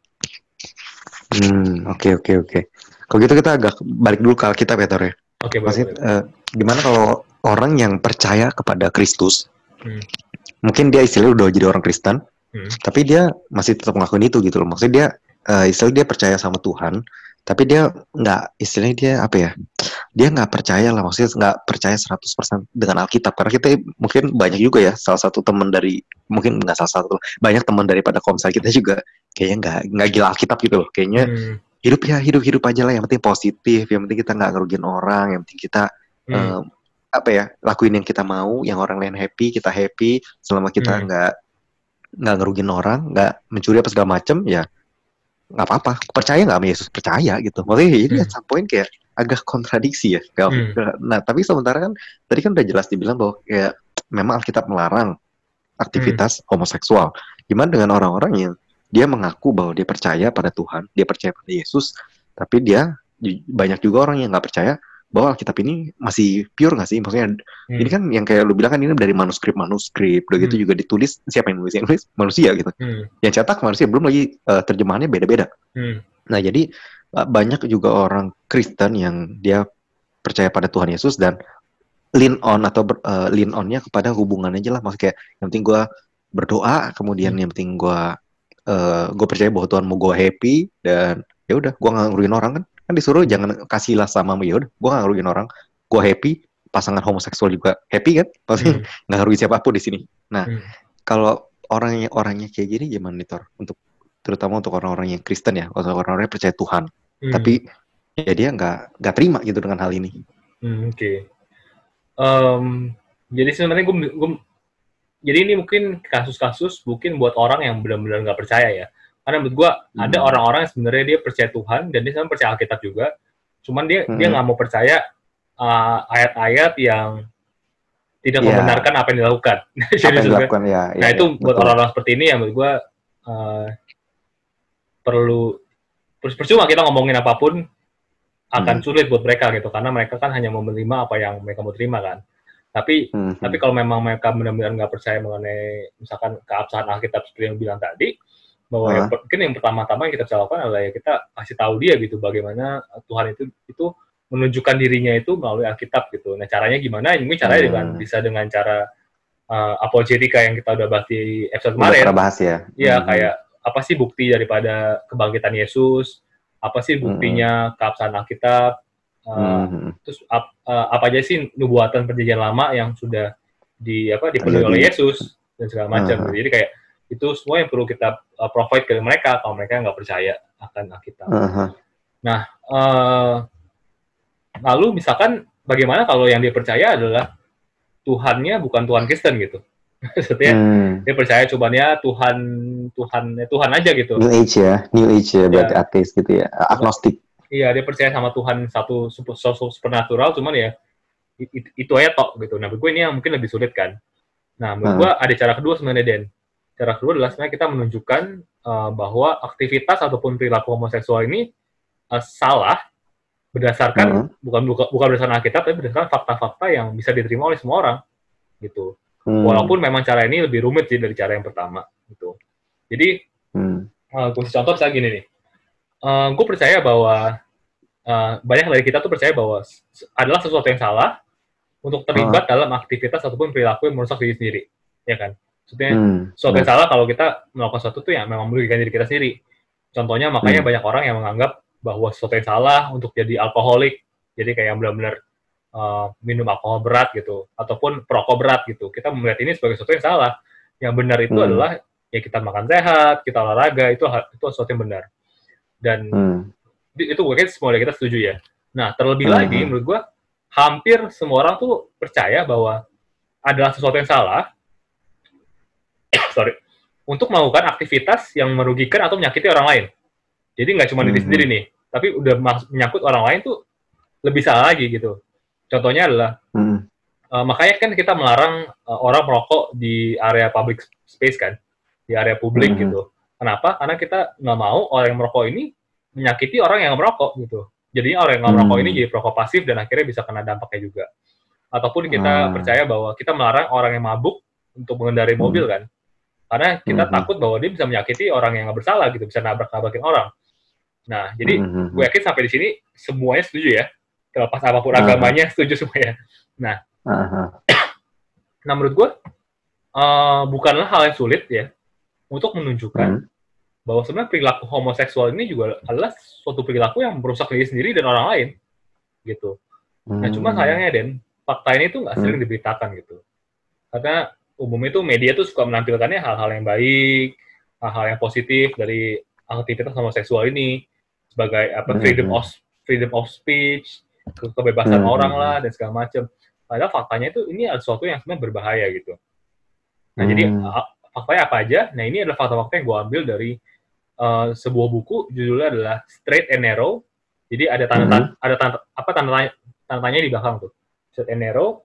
Oke. Kalau gitu kita agak balik dulu ke Alkitab ya, Tor ya. Oke, gimana kalau orang yang percaya kepada Kristus, mungkin dia istilahnya udah jadi orang Kristen, tapi dia masih tetap ngelakuin itu gitu loh. Maksudnya dia istilahnya dia percaya sama Tuhan, tapi dia nggak, istilahnya dia apa ya? Dia nggak percaya lah, maksudnya nggak percaya 100% dengan Alkitab. Karena kita mungkin banyak juga ya, salah satu teman dari, mungkin nggak salah satu, banyak teman daripada komsel kita juga kayaknya nggak gila Alkitab gitu loh. Kayaknya hidup aja lah, yang penting positif, yang penting kita nggak ngerugiin orang, yang penting kita lakuin yang kita mau, yang orang lain happy, kita happy, selama kita nggak ngerugiin orang, nggak mencuri apa segala macem, ya nggak apa-apa. Percaya nggak sama Yesus? Percaya gitu. Makanya ini at some point kayak agak kontradiksi ya. Nah, tapi sementara kan tadi kan udah jelas dibilang bahwa kayak memang Alkitab melarang aktivitas homoseksual. Gimana dengan orang-orang yang dia mengaku bahwa dia percaya pada Tuhan, dia percaya pada Yesus, tapi dia banyak juga orang yang nggak percaya bahwa Alkitab ini masih pure nggak sih? Maksudnya ini kan yang kayak lu bilang kan ini dari manuskrip, udah gitu juga ditulis, siapa yang nulis? Yang nulis manusia gitu. Yang cetak manusia, belum lagi terjemahannya beda-beda. Nah jadi banyak juga orang Kristen yang dia percaya pada Tuhan Yesus dan lean on-nya kepada hubungan aja lah. Maksudnya kayak yang penting gue berdoa, kemudian yang penting gue percaya bahwa Tuhan mau gue happy, dan ya udah gue nggak ngerugiin orang kan disuruh jangan kasihlah sama, ya udah gue nggak ngerugiin orang, gue happy, pasangan homoseksual juga happy kan, pasti nggak ngerugiin siapapun di sini. Nah kalau orangnya kayak gini gimana nih, Tor? Terutama untuk orang-orang yang Kristen ya, atau orang-orang yang percaya Tuhan, tapi ya dia nggak terima gitu dengan hal ini. Oke. Jadi sebenarnya jadi ini mungkin kasus-kasus mungkin buat orang yang benar-benar nggak percaya ya. Karena menurut gue ada orang-orang yang sebenarnya dia percaya Tuhan dan dia sebenarnya percaya Alkitab juga. Cuman dia nggak mau percaya ayat-ayat yang tidak membenarkan apa yang dilakukan. Nah itu buat orang-orang seperti ini yang menurut gue percuma kita ngomongin apapun akan sulit buat mereka gitu, karena mereka kan hanya mau menerima apa yang mereka mau terima kan. Tapi kalau memang mereka benar-benar nggak percaya mengenai misalkan keabsahan Alkitab seperti yang bilang tadi, bahwa mungkin yang pertama-tama yang kita bisa lakukan adalah ya kita kasih tahu dia gitu bagaimana Tuhan itu menunjukkan dirinya itu melalui Alkitab gitu. Nah caranya gimana? Mungkin caranya bisa dengan cara apologetika yang kita udah bahas di episode Udah kemarin. pernah bahas ya. Iya, kayak apa sih bukti daripada kebangkitan Yesus? Apa sih buktinya keabsahan Alkitab? Terus apa aja sih nubuatan perjanjian lama yang sudah dipenuhi oleh Yesus dan segala macam. Jadi kayak itu semua yang perlu kita provide ke mereka kalau mereka nggak percaya akan Alkitab. Nah, lalu misalkan bagaimana kalau yang dia percaya adalah Tuhannya bukan Tuhan Kristen gitu. Maksudnya dia percaya cobaannya Tuhan aja gitu. New Age ya, berarti ateis gitu ya, agnostik. Iya, dia percaya sama Tuhan satu supernatural, cuman ya itu aja tok gitu. Nah, menurut gue ini yang mungkin lebih sulit kan. Nah, menurut gue ada cara kedua sebenarnya, Den. Cara kedua adalah sebenarnya kita menunjukkan bahwa aktivitas ataupun perilaku homoseksual ini salah berdasarkan bukan berdasarkan Alkitab, tapi berdasarkan fakta-fakta yang bisa diterima oleh semua orang gitu. Walaupun memang cara ini lebih rumit sih dari cara yang pertama gitu. Jadi gue kasih contoh misalnya gini nih. Gue percaya bahwa banyak dari kita tuh percaya bahwa adalah sesuatu yang salah untuk terlibat dalam aktivitas ataupun perilaku yang merusak diri sendiri, ya kan? Maksudnya sesuatu yang salah kalau kita melakukan sesuatu tuh yang memang merugikan diri kita sendiri. Contohnya makanya banyak orang yang menganggap bahwa sesuatu yang salah untuk jadi alkoholik, jadi kayak benar-benar minum alkohol berat gitu, ataupun perokok berat gitu. Kita melihat ini sebagai sesuatu yang salah. Yang benar itu adalah ya kita makan sehat, kita olahraga, itu sesuatu yang benar. Dan itu mungkin semua dari kita setuju ya. Nah, terlebih lagi menurut gue, hampir semua orang tuh percaya bahwa adalah sesuatu yang salah untuk melakukan aktivitas yang merugikan atau menyakiti orang lain. Jadi nggak cuma diri sendiri nih, tapi udah menyangkut orang lain tuh lebih salah lagi gitu. Contohnya adalah, makanya kan kita melarang orang merokok di area public space kan, di area publik gitu. Kenapa? Karena kita nggak mau orang yang merokok ini menyakiti orang yang merokok gitu. Jadinya orang yang nggak merokok ini jadi perokok pasif dan akhirnya bisa kena dampaknya juga. Ataupun kita percaya bahwa kita melarang orang yang mabuk untuk mengendarai mobil kan. Karena kita takut bahwa dia bisa menyakiti orang yang nggak bersalah gitu, bisa nabrak-nabrakin orang. Nah, jadi gue yakin sampai di sini semuanya setuju ya. Terlepas apapun agamanya setuju semuanya. Nah, nah menurut gue bukanlah hal yang sulit ya untuk menunjukkan bahwa sebenarnya perilaku homoseksual ini juga adalah suatu perilaku yang merusak diri sendiri dan orang lain gitu. Nah, cuma sayangnya Den, fakta ini tuh nggak sering diberitakan gitu. Karena umumnya tuh media tuh suka menampilkannya hal-hal yang baik, hal-hal yang positif dari aktivitas homoseksual ini sebagai freedom of speech, kebebasan orang lah dan segala macam. Padahal faktanya itu ini adalah sesuatu yang sebenarnya berbahaya gitu. Nah, jadi faktanya apa aja? Nah, ini adalah fakta-fakta yang gue ambil dari sebuah buku, judulnya adalah Straight and Narrow. Jadi ada tanda tanya di belakang tuh. Straight and Narrow.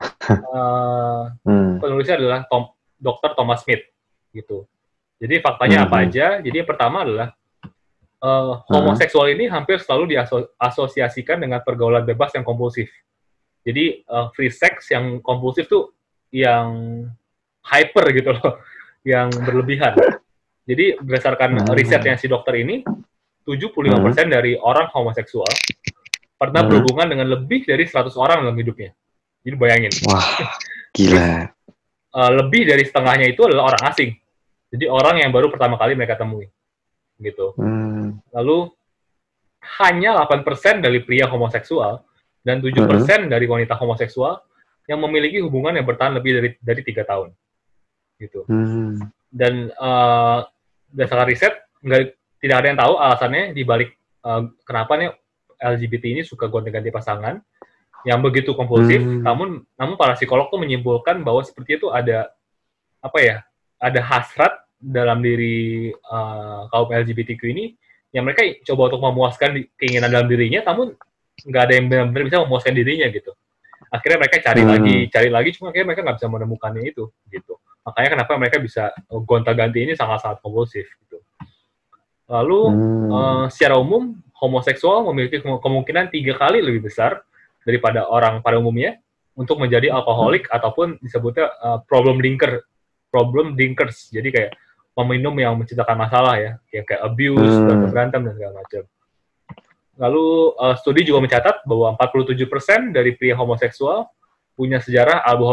Penulisnya adalah Dr. Thomas Smith gitu. Jadi faktanya apa aja? Jadi yang pertama adalah homoseksual ini hampir selalu diasosiasikan dengan pergaulan bebas yang kompulsif. Jadi free sex yang kompulsif tuh yang hyper gitu loh, yang berlebihan. Jadi berdasarkan risetnya si dokter ini, 75% dari orang homoseksual pernah berhubungan dengan lebih dari 100 orang dalam hidupnya. Jadi bayangin. Wah, gila. Lebih dari setengahnya itu adalah orang asing. Jadi orang yang baru pertama kali mereka temui. Gitu. Lalu hanya 8% dari pria homoseksual dan 7% dari wanita homoseksual yang memiliki hubungan yang bertahan lebih dari 3 tahun. Gitu. Dan berdasarkan riset, tidak ada yang tahu alasannya dibalik kenapa nih LGBT ini suka gonta-ganti pasangan yang begitu kompulsif. Namun para psikolog tuh menyimpulkan bahwa seperti itu ada ada hasrat dalam diri kaum LGBTQ ini yang mereka coba untuk memuaskan keinginan dalam dirinya, namun nggak ada yang benar-benar bisa memuaskan dirinya gitu. Akhirnya mereka cari lagi, cuma akhirnya mereka nggak bisa menemukannya itu gitu. Makanya kenapa mereka bisa gonta-ganti ini sangat-sangat kompulsif gitu. Lalu secara umum homoseksual memiliki kemungkinan 3 kali lebih besar daripada orang pada umumnya untuk menjadi alkoholik ataupun disebutnya problem drinkers. Jadi kayak peminum yang menciptakan masalah ya, kayak abuse, berantem dan segala macam. Lalu studi juga mencatat bahwa 47% dari pria homoseksual punya sejarah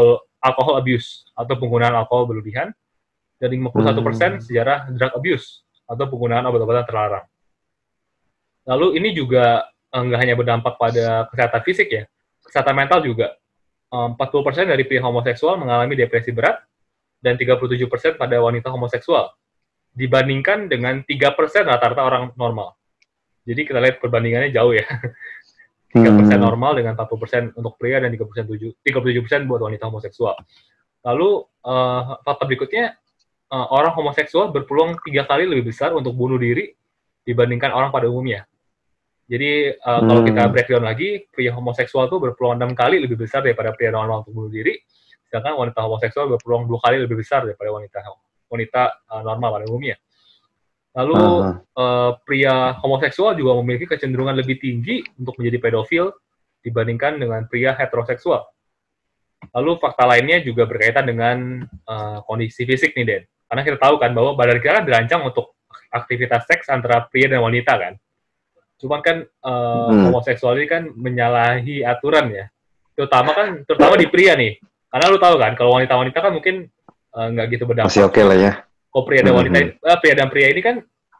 alcohol abuse atau penggunaan alkohol berlebihan, dan 51% sejarah drug abuse atau penggunaan obat-obatan terlarang. Lalu ini juga nggak hanya berdampak pada kesehatan fisik ya, kesehatan mental juga. 40% dari pria homoseksual mengalami depresi berat dan 37% pada wanita homoseksual, dibandingkan dengan 3% rata-rata orang normal. Jadi kita lihat perbandingannya jauh ya. 3% normal dengan 40% untuk pria dan 37% buat wanita homoseksual. Lalu faktor berikutnya, orang homoseksual berpeluang 3 kali lebih besar untuk bunuh diri dibandingkan orang pada umumnya. Jadi kalau kita breakdown lagi, pria homoseksual itu berpeluang 6 kali lebih besar daripada pria normal untuk bunuh diri, sedangkan wanita homoseksual berpeluang 2 kali lebih besar daripada wanita normal pada umumnya. Lalu pria homoseksual juga memiliki kecenderungan lebih tinggi untuk menjadi pedofil dibandingkan dengan pria heteroseksual. Lalu fakta lainnya juga berkaitan dengan kondisi fisik nih, Den. Karena kita tahu kan bahwa badan kita kan dirancang untuk aktivitas seks antara pria dan wanita kan. Cuman kan homoseksual ini kan menyalahi aturan ya. Terutama di pria nih. Karena lu tahu kan, kalau wanita-wanita kan mungkin nggak gitu berdampak. Masih oke lah ya. Kalau pria dan wanita, pria dan pria ini kan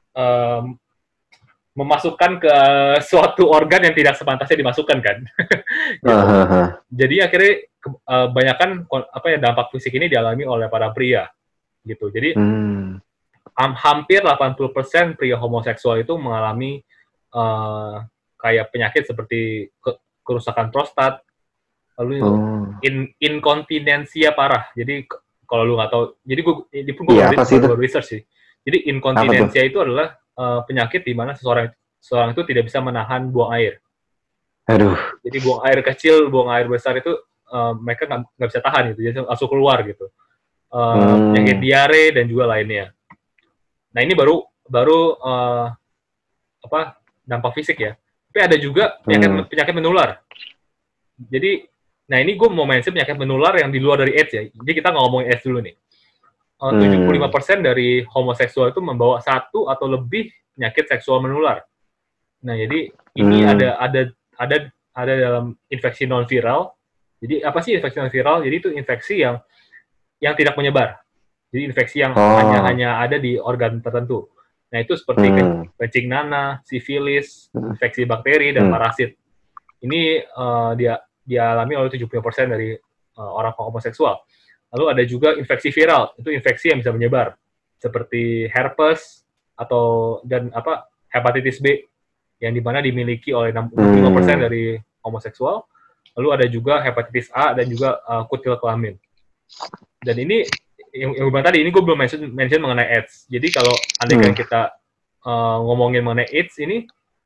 memasukkan ke suatu organ yang tidak sepantasnya dimasukkan kan. Gitu. Jadi akhirnya kebanyakan dampak fisik ini dialami oleh para pria gitu. Jadi hampir 80% pria homoseksual itu mengalami kayak penyakit seperti kerusakan prostat, lalu inkontinensia parah. Jadi kalau lu nggak tahu, jadi gue baru research sih. Jadi inkontinensia itu adalah penyakit di mana seseorang itu tidak bisa menahan buang air. Aduh. Jadi buang air kecil, buang air besar itu mereka nggak bisa tahan gitu, jadi langsung keluar gitu. Penyakit diare dan juga lainnya. Nah ini baru dampak fisik ya. Tapi ada juga penyakit menular. Jadi nah ini gue mau mention penyakit menular yang di luar dari AIDS ya. Jadi kita ngomongin AIDS dulu nih. 75% dari homoseksual itu membawa 1 atau lebih penyakit seksual menular. Nah, jadi ini ada dalam infeksi non viral. Jadi apa sih infeksi non viral? Jadi itu infeksi yang tidak menyebar. Jadi infeksi yang hanya ada di organ tertentu. Nah, itu seperti kencing nanah, sifilis, infeksi bakteri dan parasit. Ini dialami oleh 70% dari orang homoseksual. Lalu ada juga infeksi viral, itu infeksi yang bisa menyebar, seperti herpes dan hepatitis B, yang dimana dimiliki oleh 65% dari homoseksual. Lalu ada juga hepatitis A dan juga kutil kelamin. Dan ini yang tadi ini gue belum mention mengenai AIDS. Jadi kalau andaikan kita ngomongin mengenai AIDS ini,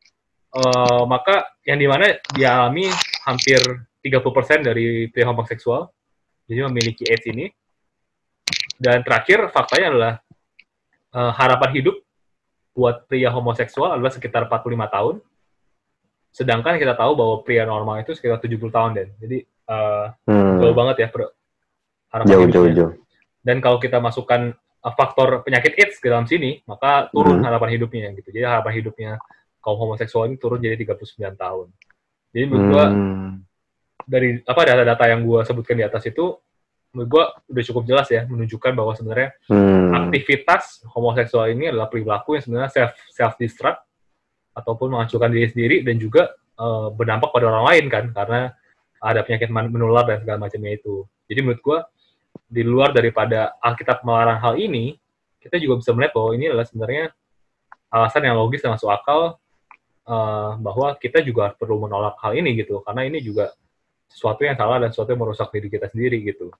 maka yang dimana dialami hampir 30% dari pria homoseksual jadi memiliki AIDS ini. Dan terakhir faktanya adalah harapan hidup buat pria homoseksual adalah sekitar 45 tahun. Sedangkan kita tahu bahwa pria normal itu sekitar 70 tahun, Dan. Jadi jauh banget ya harapan hidupnya. Jauh. Dan kalau kita masukkan faktor penyakit AIDS ke dalam sini, maka turun harapan hidupnya gitu. Jadi harapan hidupnya kaum homoseksual ini turun jadi 39 tahun. Jadi menurut gua dari data-data yang gue sebutkan di atas itu, menurut gue udah cukup jelas ya, menunjukkan bahwa sebenarnya aktivitas homoseksual ini adalah perilaku yang sebenarnya self-destruct ataupun menghancurkan diri sendiri dan juga berdampak pada orang lain kan, karena ada penyakit menular dan segala macamnya itu. Jadi menurut gue, di luar daripada Alkitab melarang hal ini, kita juga bisa melihat bahwa ini adalah sebenarnya alasan yang logis dan masuk akal bahwa kita juga perlu menolak hal ini gitu, karena ini juga sesuatu yang salah dan sesuatu yang merusak diri kita sendiri gitu.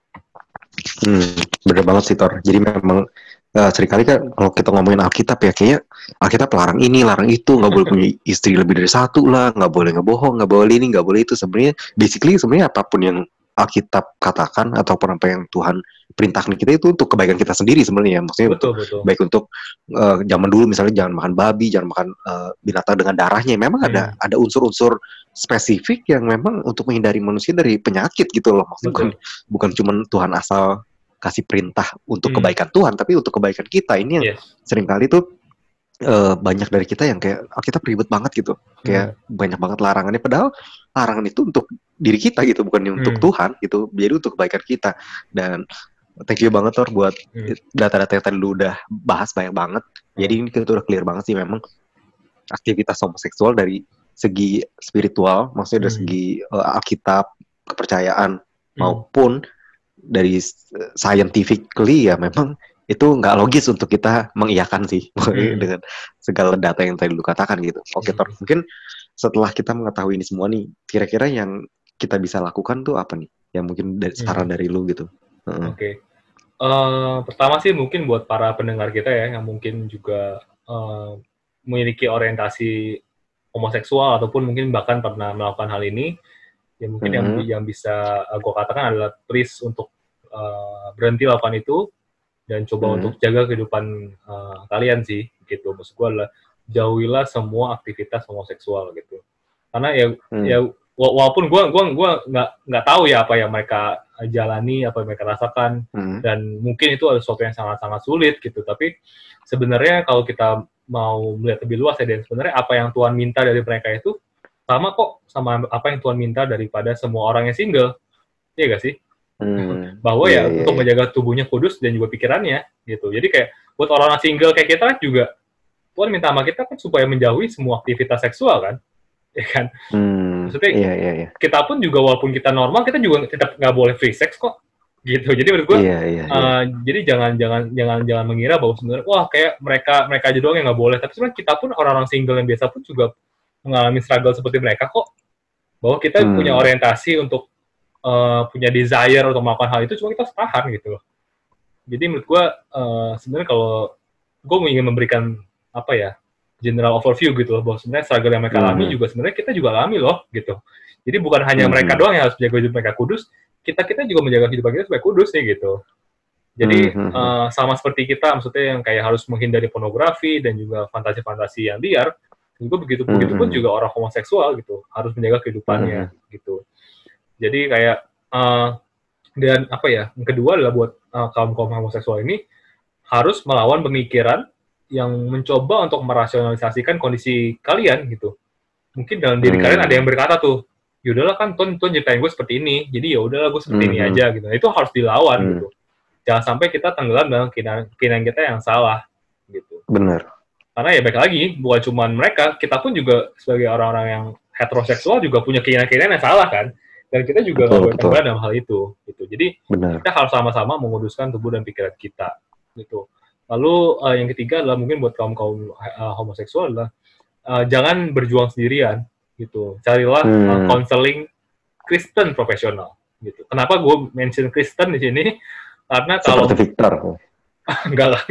Bener banget sih, Tor. Jadi memang seringkali kan kalau kita ngomongin Alkitab ya, kayaknya Alkitab larang ini, larang itu, nggak boleh punya istri lebih dari 1 lah, nggak boleh ngebohong, nggak boleh ini, nggak boleh itu. Sebenarnya apapun yang Alkitab katakan ataupun apa yang Tuhan perintahkan kita itu untuk kebaikan kita sendiri sebenarnya. Maksudnya betul. Baik untuk zaman dulu misalnya jangan makan babi, jangan makan binatang dengan darahnya. Memang ada unsur-unsur spesifik yang memang untuk menghindari manusia dari penyakit gitu loh. Maksudnya bukan cuma Tuhan asal kasih perintah untuk kebaikan Tuhan, tapi untuk kebaikan kita. Ini yang seringkali tuh banyak dari kita yang kayak kita ribet banget gitu, kayak banyak banget larangannya, padahal larangan itu untuk diri kita gitu, bukan untuk Tuhan gitu, jadi untuk kebaikan kita. Dan thank you banget Thor buat data-data yang tadi lu udah bahas banyak banget. Jadi ini kita udah clear banget sih memang aktivitas homoseksual dari segi spiritual, maksudnya dari segi Alkitab, kepercayaan, maupun dari scientifically ya memang itu nggak logis untuk kita mengiyakan sih dengan segala data yang tadi lu katakan gitu. Oke Thor, mungkin setelah kita mengetahui ini semua nih, kira-kira yang kita bisa lakukan tuh apa nih? Yang mungkin saran dari lu gitu. Oke. Pertama sih mungkin buat para pendengar kita ya yang mungkin juga memiliki orientasi homoseksual ataupun mungkin bahkan pernah melakukan hal ini, ya mungkin yang bisa gue katakan adalah please untuk berhenti lakukan itu dan coba untuk jaga kehidupan kalian sih gitu. Maksud gue adalah jauhilah semua aktivitas homoseksual gitu. Karena ya walaupun gue nggak tahu ya apa yang mereka jalani, apa yang mereka rasakan, dan mungkin itu ada sesuatu yang sangat-sangat sulit gitu. Tapi sebenarnya kalau kita mau melihat lebih luas ya, dan sebenarnya apa yang Tuhan minta dari mereka itu sama kok sama apa yang Tuhan minta daripada semua orang yang single, iya gak sih? Bahwa untuk menjaga tubuhnya kudus dan juga pikirannya gitu. Jadi kayak buat orang-orang single kayak kita juga Tuhan minta sama kita kan supaya menjauhi semua aktivitas seksual kan, ya kan? Maksudnya kita pun juga walaupun kita normal kita juga tetap nggak boleh free sex kok gitu. Jadi menurut gue jadi jangan mengira bahwa sebenarnya wah kayak mereka aja doang yang nggak boleh, tapi sebenarnya kita pun orang-orang single yang biasa pun juga mengalami struggle seperti mereka kok, bahwa kita punya orientasi untuk punya desire untuk melakukan hal itu, cuma kita harus tahan gitu loh. Jadi menurut gue sebenarnya kalau gue ingin memberikan apa ya general overview gitu loh, bahwa sebenarnya struggle yang mereka alami juga sebenarnya kita juga alami loh gitu. Jadi bukan hanya mereka doang yang harus menjaga hidup mereka kudus, kita juga menjaga kehidupan kita supaya kudus nih gitu. Jadi sama seperti kita, maksudnya yang kayak harus menghindari pornografi dan juga fantasi-fantasi yang liar, juga begitu pun juga orang homoseksual gitu harus menjaga kehidupannya gitu. Jadi kayak dan apa ya, yang kedua adalah buat kaum homoseksual ini harus melawan pemikiran yang mencoba untuk merasionalisasikan kondisi kalian gitu. Mungkin dalam diri kalian ada yang berkata tuh, yaudahlah kan Tuhan nyiptain gue seperti ini, jadi ya udahlah gue seperti ini aja gitu. Nah, itu harus dilawan gitu. Jangan sampai kita tenggelam dalam keinginan kita yang salah gitu. Benar. Karena ya baik lagi, bukan cuma mereka, kita pun juga sebagai orang-orang yang heteroseksual juga punya keinginan-keinginan yang salah kan. Dan kita juga nggak boleh tenggelam dalam hal itu gitu. Jadi kita harus sama-sama menguduskan tubuh dan pikiran kita gitu. Lalu yang ketiga adalah mungkin buat kaum homoseksual adalah jangan berjuang sendirian gitu. Carilah counseling Kristen profesional gitu. Kenapa gue mention Kristen di sini? Karena kalau Victor enggak lah.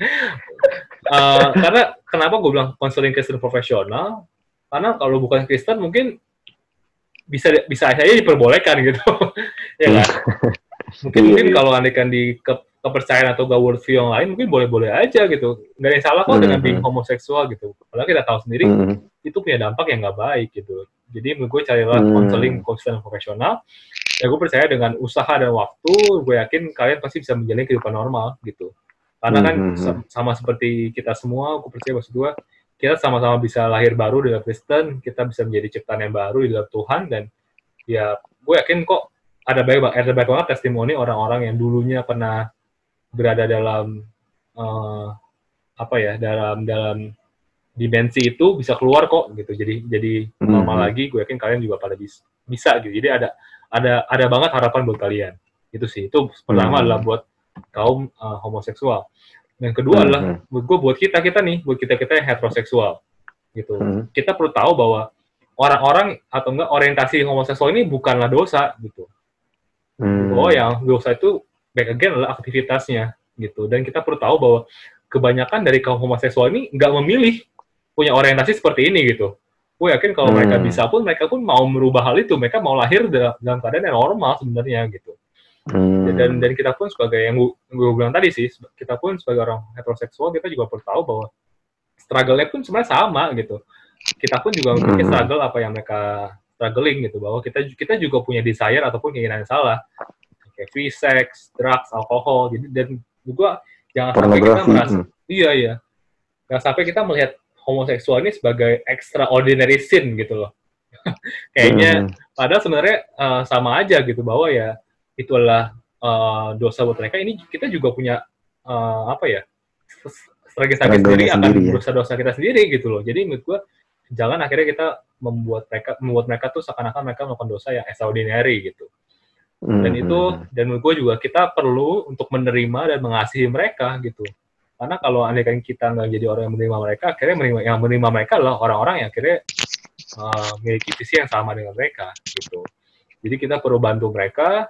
Karena kenapa gue bilang counseling Kristen profesional? Karena kalau bukan Kristen mungkin bisa saja diperbolehkan gitu. Ya kan? Mungkin kalau andaikan di kepercayaan atau worldview yang lain mungkin boleh-boleh aja gitu. Nggak ada yang salah kok dengan being homoseksual gitu. Padahal kita tahu sendiri itu punya dampak yang nggak baik gitu. Jadi menurut gue carilah counseling profesional. Ya gue percaya dengan usaha dan waktu, gue yakin kalian pasti bisa menjalani kehidupan normal gitu. Karena kan sama seperti kita semua, gue percaya maksud gue, kita sama-sama bisa lahir baru dalam Kristen, kita bisa menjadi ciptaan yang baru di dalam Tuhan, dan ya gue yakin kok ada banyak banget testimoni orang-orang yang dulunya pernah berada dalam dalam dimensi itu bisa keluar kok gitu. Jadi normal lagi. Gue yakin kalian juga pada bisa gitu. Jadi ada banget harapan buat kalian. Itu sih. Itu pertama adalah buat kaum homoseksual. Dan kedua adalah buat kita yang heteroseksual gitu. Kita perlu tahu bahwa orang-orang atau enggak orientasi homoseksual ini bukanlah dosa gitu. Bahwa yang dosa itu back again adalah aktivitasnya gitu. Dan kita perlu tahu bahwa kebanyakan dari kaum homoseksual ini nggak memilih punya orientasi seperti ini gitu. Gue yakin kalau mereka pun mau merubah hal itu, mereka mau lahir dalam keadaan yang normal sebenarnya gitu. Dan kita pun sebagai yang gue bilang tadi sih, kita pun sebagai orang heteroseksual kita juga perlu tahu bahwa struggle-nya pun sebenarnya sama gitu. Kita pun juga memiliki struggle apa yang mereka struggling gitu, bahwa kita juga punya desire ataupun keinginan yang salah, kayak free sex, drugs, alkohol. Jadi dan juga jangan sampai kita merasa iya Jangan sampai kita melihat homoseksual ini sebagai extraordinary sin gitu loh. Kayaknya padahal sebenarnya sama aja gitu, bahwa ya itu adalah dosa buat mereka. Ini kita juga punya apa ya, strategi sendiri Struggle-nya akan sendiri ya. dosa-dosa kita sendiri gitu loh. Jadi menurut gue jangan akhirnya kita membuat mereka tuh seakan-akan mereka melakukan dosa yang extraordinary gitu. Dan itu, dan menurut gue juga kita perlu untuk menerima dan mengasihi mereka gitu. Karena kalau andaikan kita nggak jadi orang yang menerima mereka, akhirnya yang menerima mereka adalah orang-orang yang akhirnya memiliki visi yang sama dengan mereka gitu. Jadi kita perlu bantu mereka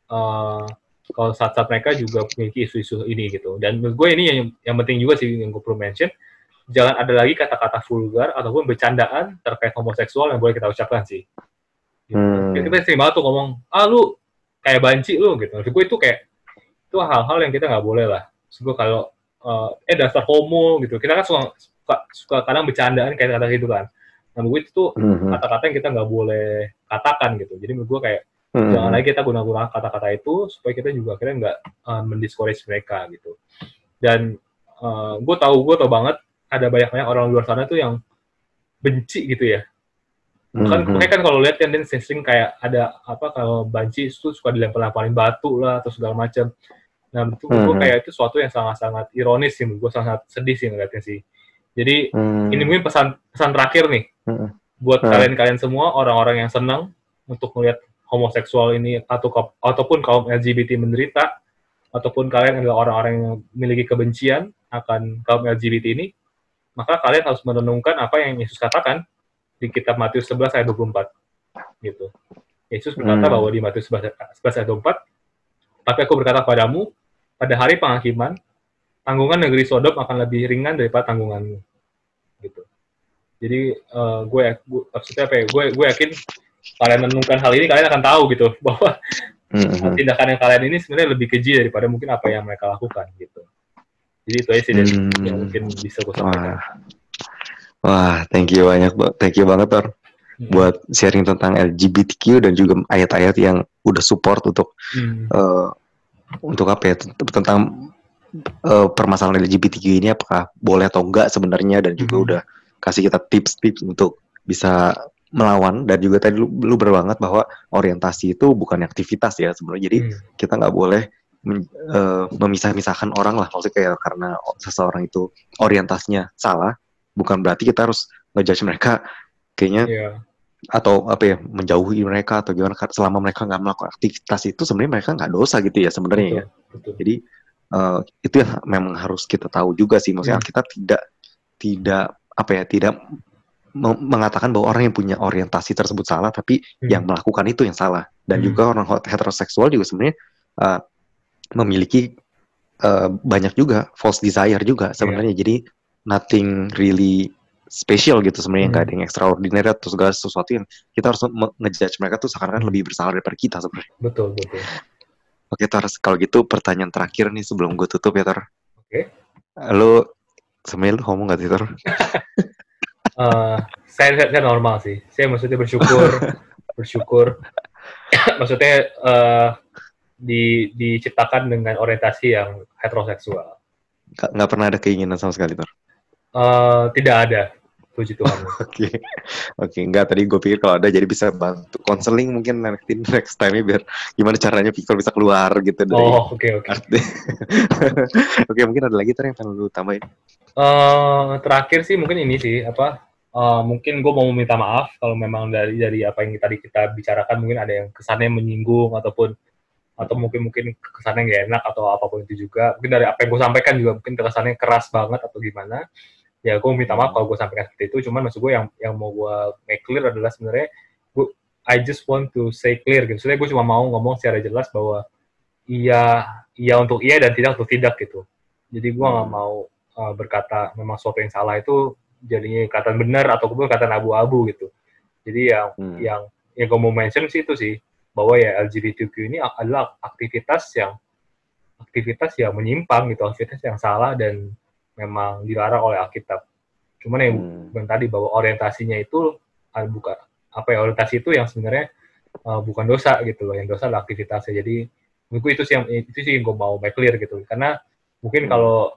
kalau saat-saat mereka juga memiliki isu-isu ini gitu. Dan menurut gue ini yang penting juga sih yang gue perlu mention, jangan ada lagi kata-kata vulgar ataupun bercandaan terkait homoseksual yang boleh kita ucapkan sih. Gitu. Kita sering banget tuh ngomong, lu kayak banci lu gitu. Maksud gue itu kayak itu hal-hal yang kita nggak boleh lah. Maksud gue kalau dasar homo gitu, kita kan suka kadang bercandaan kayak kata gitu kan. Nah, menurut gue itu tuh kata-kata yang kita nggak boleh katakan gitu. Jadi menurut gue kayak jangan lagi kita guna-guna kata-kata itu supaya kita juga akhirnya nggak mendiscourage mereka gitu. Dan gue tahu banget ada banyak orang luar sana tuh yang benci gitu ya. Makanya kan kalau lihat kan sering kayak ada apa, kalau banci itu suka dilempar-lemparin batu lah atau segala macam. Nah, itu gue kayak itu suatu yang sangat-sangat ironis sih, gue sangat sedih sih ngeliatnya sih. Jadi ini mungkin pesan terakhir nih buat kalian semua orang-orang yang senang untuk melihat homoseksual ini ataupun kaum LGBT menderita, ataupun kalian adalah orang-orang yang memiliki kebencian akan kaum LGBT ini, maka kalian harus merenungkan apa yang Yesus katakan di kitab Matius 11 ayat 24 gitu. Yesus berkata bahwa di Matius 11 ayat 24, tapi aku berkata padamu, pada hari penghakiman, tanggungan negeri Sodom akan lebih ringan daripada tanggunganmu. Gitu. Jadi maksudnya apa ya? Gue yakin kalian menenungkan hal ini, kalian akan tahu gitu bahwa tindakan yang kalian ini sebenarnya lebih keji daripada mungkin apa yang mereka lakukan gitu. Jadi itu aja sih yang mungkin bisa gue sampaikan. Wah, thank you banget Tor buat sharing tentang LGBTQ dan juga ayat-ayat yang udah support untuk apa ya, tentang permasalahan LGBTQ ini apakah boleh atau enggak sebenarnya, dan juga udah kasih kita tips-tips untuk bisa melawan. Dan juga tadi lu berbanget bahwa orientasi itu bukan aktivitas ya sebenarnya. Jadi kita nggak boleh memisah-misahkan orang lah, maksudnya kayak karena seseorang itu orientasinya salah bukan berarti kita harus ngejudge mereka kayaknya atau apa ya, menjauhi mereka atau gimana, selama mereka nggak melakukan aktivitas itu sebenarnya mereka nggak dosa gitu ya sebenarnya ya. Jadi itu yang memang harus kita tahu juga sih, maksudnya kita tidak apa ya, tidak mengatakan bahwa orang yang punya orientasi tersebut salah, tapi yang melakukan itu yang salah. Dan juga orang heteroseksual juga sebenarnya memiliki banyak juga false desire juga sebenarnya. Jadi nothing really special gitu sebenarnya, nggak ada yang extraordinary atau segala sesuatu yang kita harus ngejudge mereka tuh seakan-akan lebih bersalah daripada kita sebenarnya. Betul. Oke Tor, kalau gitu pertanyaan terakhir nih sebelum gue tutup ya Tor. Oke. Lu sebenarnya lu ngomong nggak sih Tor? Saya normal sih. Saya maksudnya bersyukur. Maksudnya diciptakan dengan orientasi yang heteroseksual. Nggak pernah ada keinginan sama sekali Tor? Tidak ada, puji Tuhan. Oke, enggak, tadi gue pikir kalau ada jadi bisa bantu konseling mungkin next time-nya biar gimana caranya Pikol bisa keluar gitu dari. Oke. Oke, mungkin ada lagi Tor yang pengen lu tambahin? Terakhir sih mungkin ini sih mungkin gue mau meminta maaf kalau memang dari apa yang tadi kita bicarakan mungkin ada yang kesannya menyinggung atau mungkin kesannya nggak enak atau apapun itu juga. Mungkin dari apa yang gue sampaikan juga mungkin kesannya keras banget atau gimana. Ya gue minta maaf kalau gue sampaikan seperti itu. Cuman maksud gue yang mau gue make clear adalah sebenarnya I just want to say clear gitu. Sebenarnya gue cuma mau ngomong secara jelas bahwa iya untuk iya dan tidak untuk tidak gitu. Jadi gue nggak mau berkata memang sesuatu yang salah itu jadinya kata benar atau gue kata abu-abu gitu. Jadi yang gue mau mention sih itu sih, bahwa ya LGBTQ ini adalah aktivitas yang menyimpang gitu, aktivitas yang salah dan memang dilarang oleh Alkitab. Cuman yang tadi bahwa orientasinya itu bukan orientasi itu yang sebenarnya bukan dosa gitu loh, yang dosa adalah aktivitasnya. Jadi menurutku itu sih yang gue mau make clear gitu, karena mungkin kalau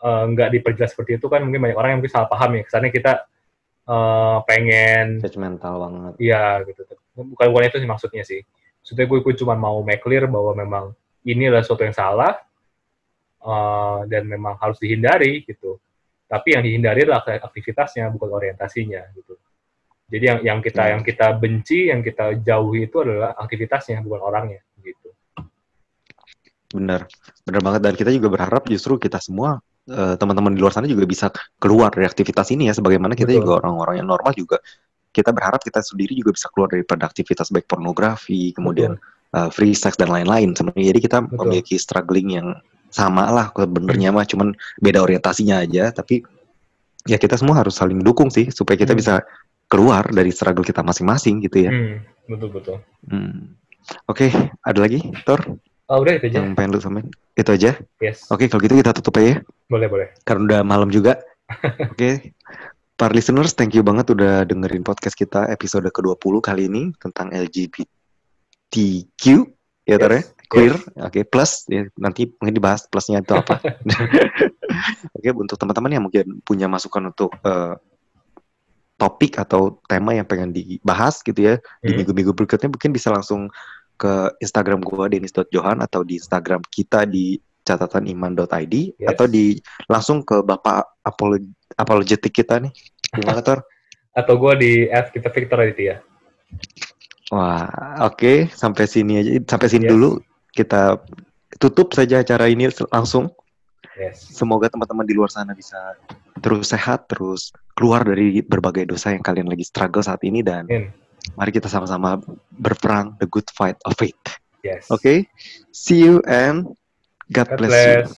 nggak diperjelas seperti itu kan mungkin banyak orang yang mungkin salah paham ya. Kesannya kita pengen judgmental banget. Iya gitu. Bukan itu sih maksudnya sih. Maksudnya gue cuma mau make clear bahwa memang ini adalah sesuatu yang salah dan memang harus dihindari gitu. Tapi yang dihindari adalah aktivitasnya, bukan orientasinya gitu. Jadi yang kita benci, yang kita jauhi itu adalah aktivitasnya, bukan orangnya gitu. Bener banget. Dan kita juga berharap justru kita semua teman-teman di luar sana juga bisa keluar dari aktivitas ini ya. Sebagaimana kita juga orang-orang yang normal juga, kita berharap kita sendiri juga bisa keluar daripada aktivitas baik pornografi, kemudian free sex dan lain-lain. Jadi kita memiliki struggling yang sama lah sebenarnya mah, cuman beda orientasinya aja. Tapi ya kita semua harus saling dukung sih supaya kita bisa keluar dari struggle kita masing-masing gitu ya. Betul. Oke, ada lagi, Thor? Udah itu aja. Yang pengen lu samain? Itu aja? Yes. Oke, kalau gitu kita tutup aja ya. Boleh. Karena udah malam juga. Oke. Para listeners, thank you banget udah dengerin podcast kita episode ke-20 kali ini tentang LGBTQ. Ya, Thor ya? Queer. Oke, plus. Ya, nanti mungkin dibahas plusnya itu apa. Oke, untuk teman-teman yang mungkin punya masukan untuk topik atau tema yang pengen dibahas gitu ya di minggu-minggu berikutnya, mungkin bisa langsung ke Instagram gue Denis.Johan atau di Instagram kita di catataniman.id atau langsung ke Bapak apologetik kita nih, gimana Tor? Atau gue di @kita_Victor_Aditya. Wah, oke. Sampai sini dulu kita tutup saja acara ini langsung. Semoga teman-teman di luar sana bisa terus sehat, terus keluar dari berbagai dosa yang kalian lagi struggle saat ini, dan mari kita sama-sama berperang the good fight of faith. Oke? See you and God bless you.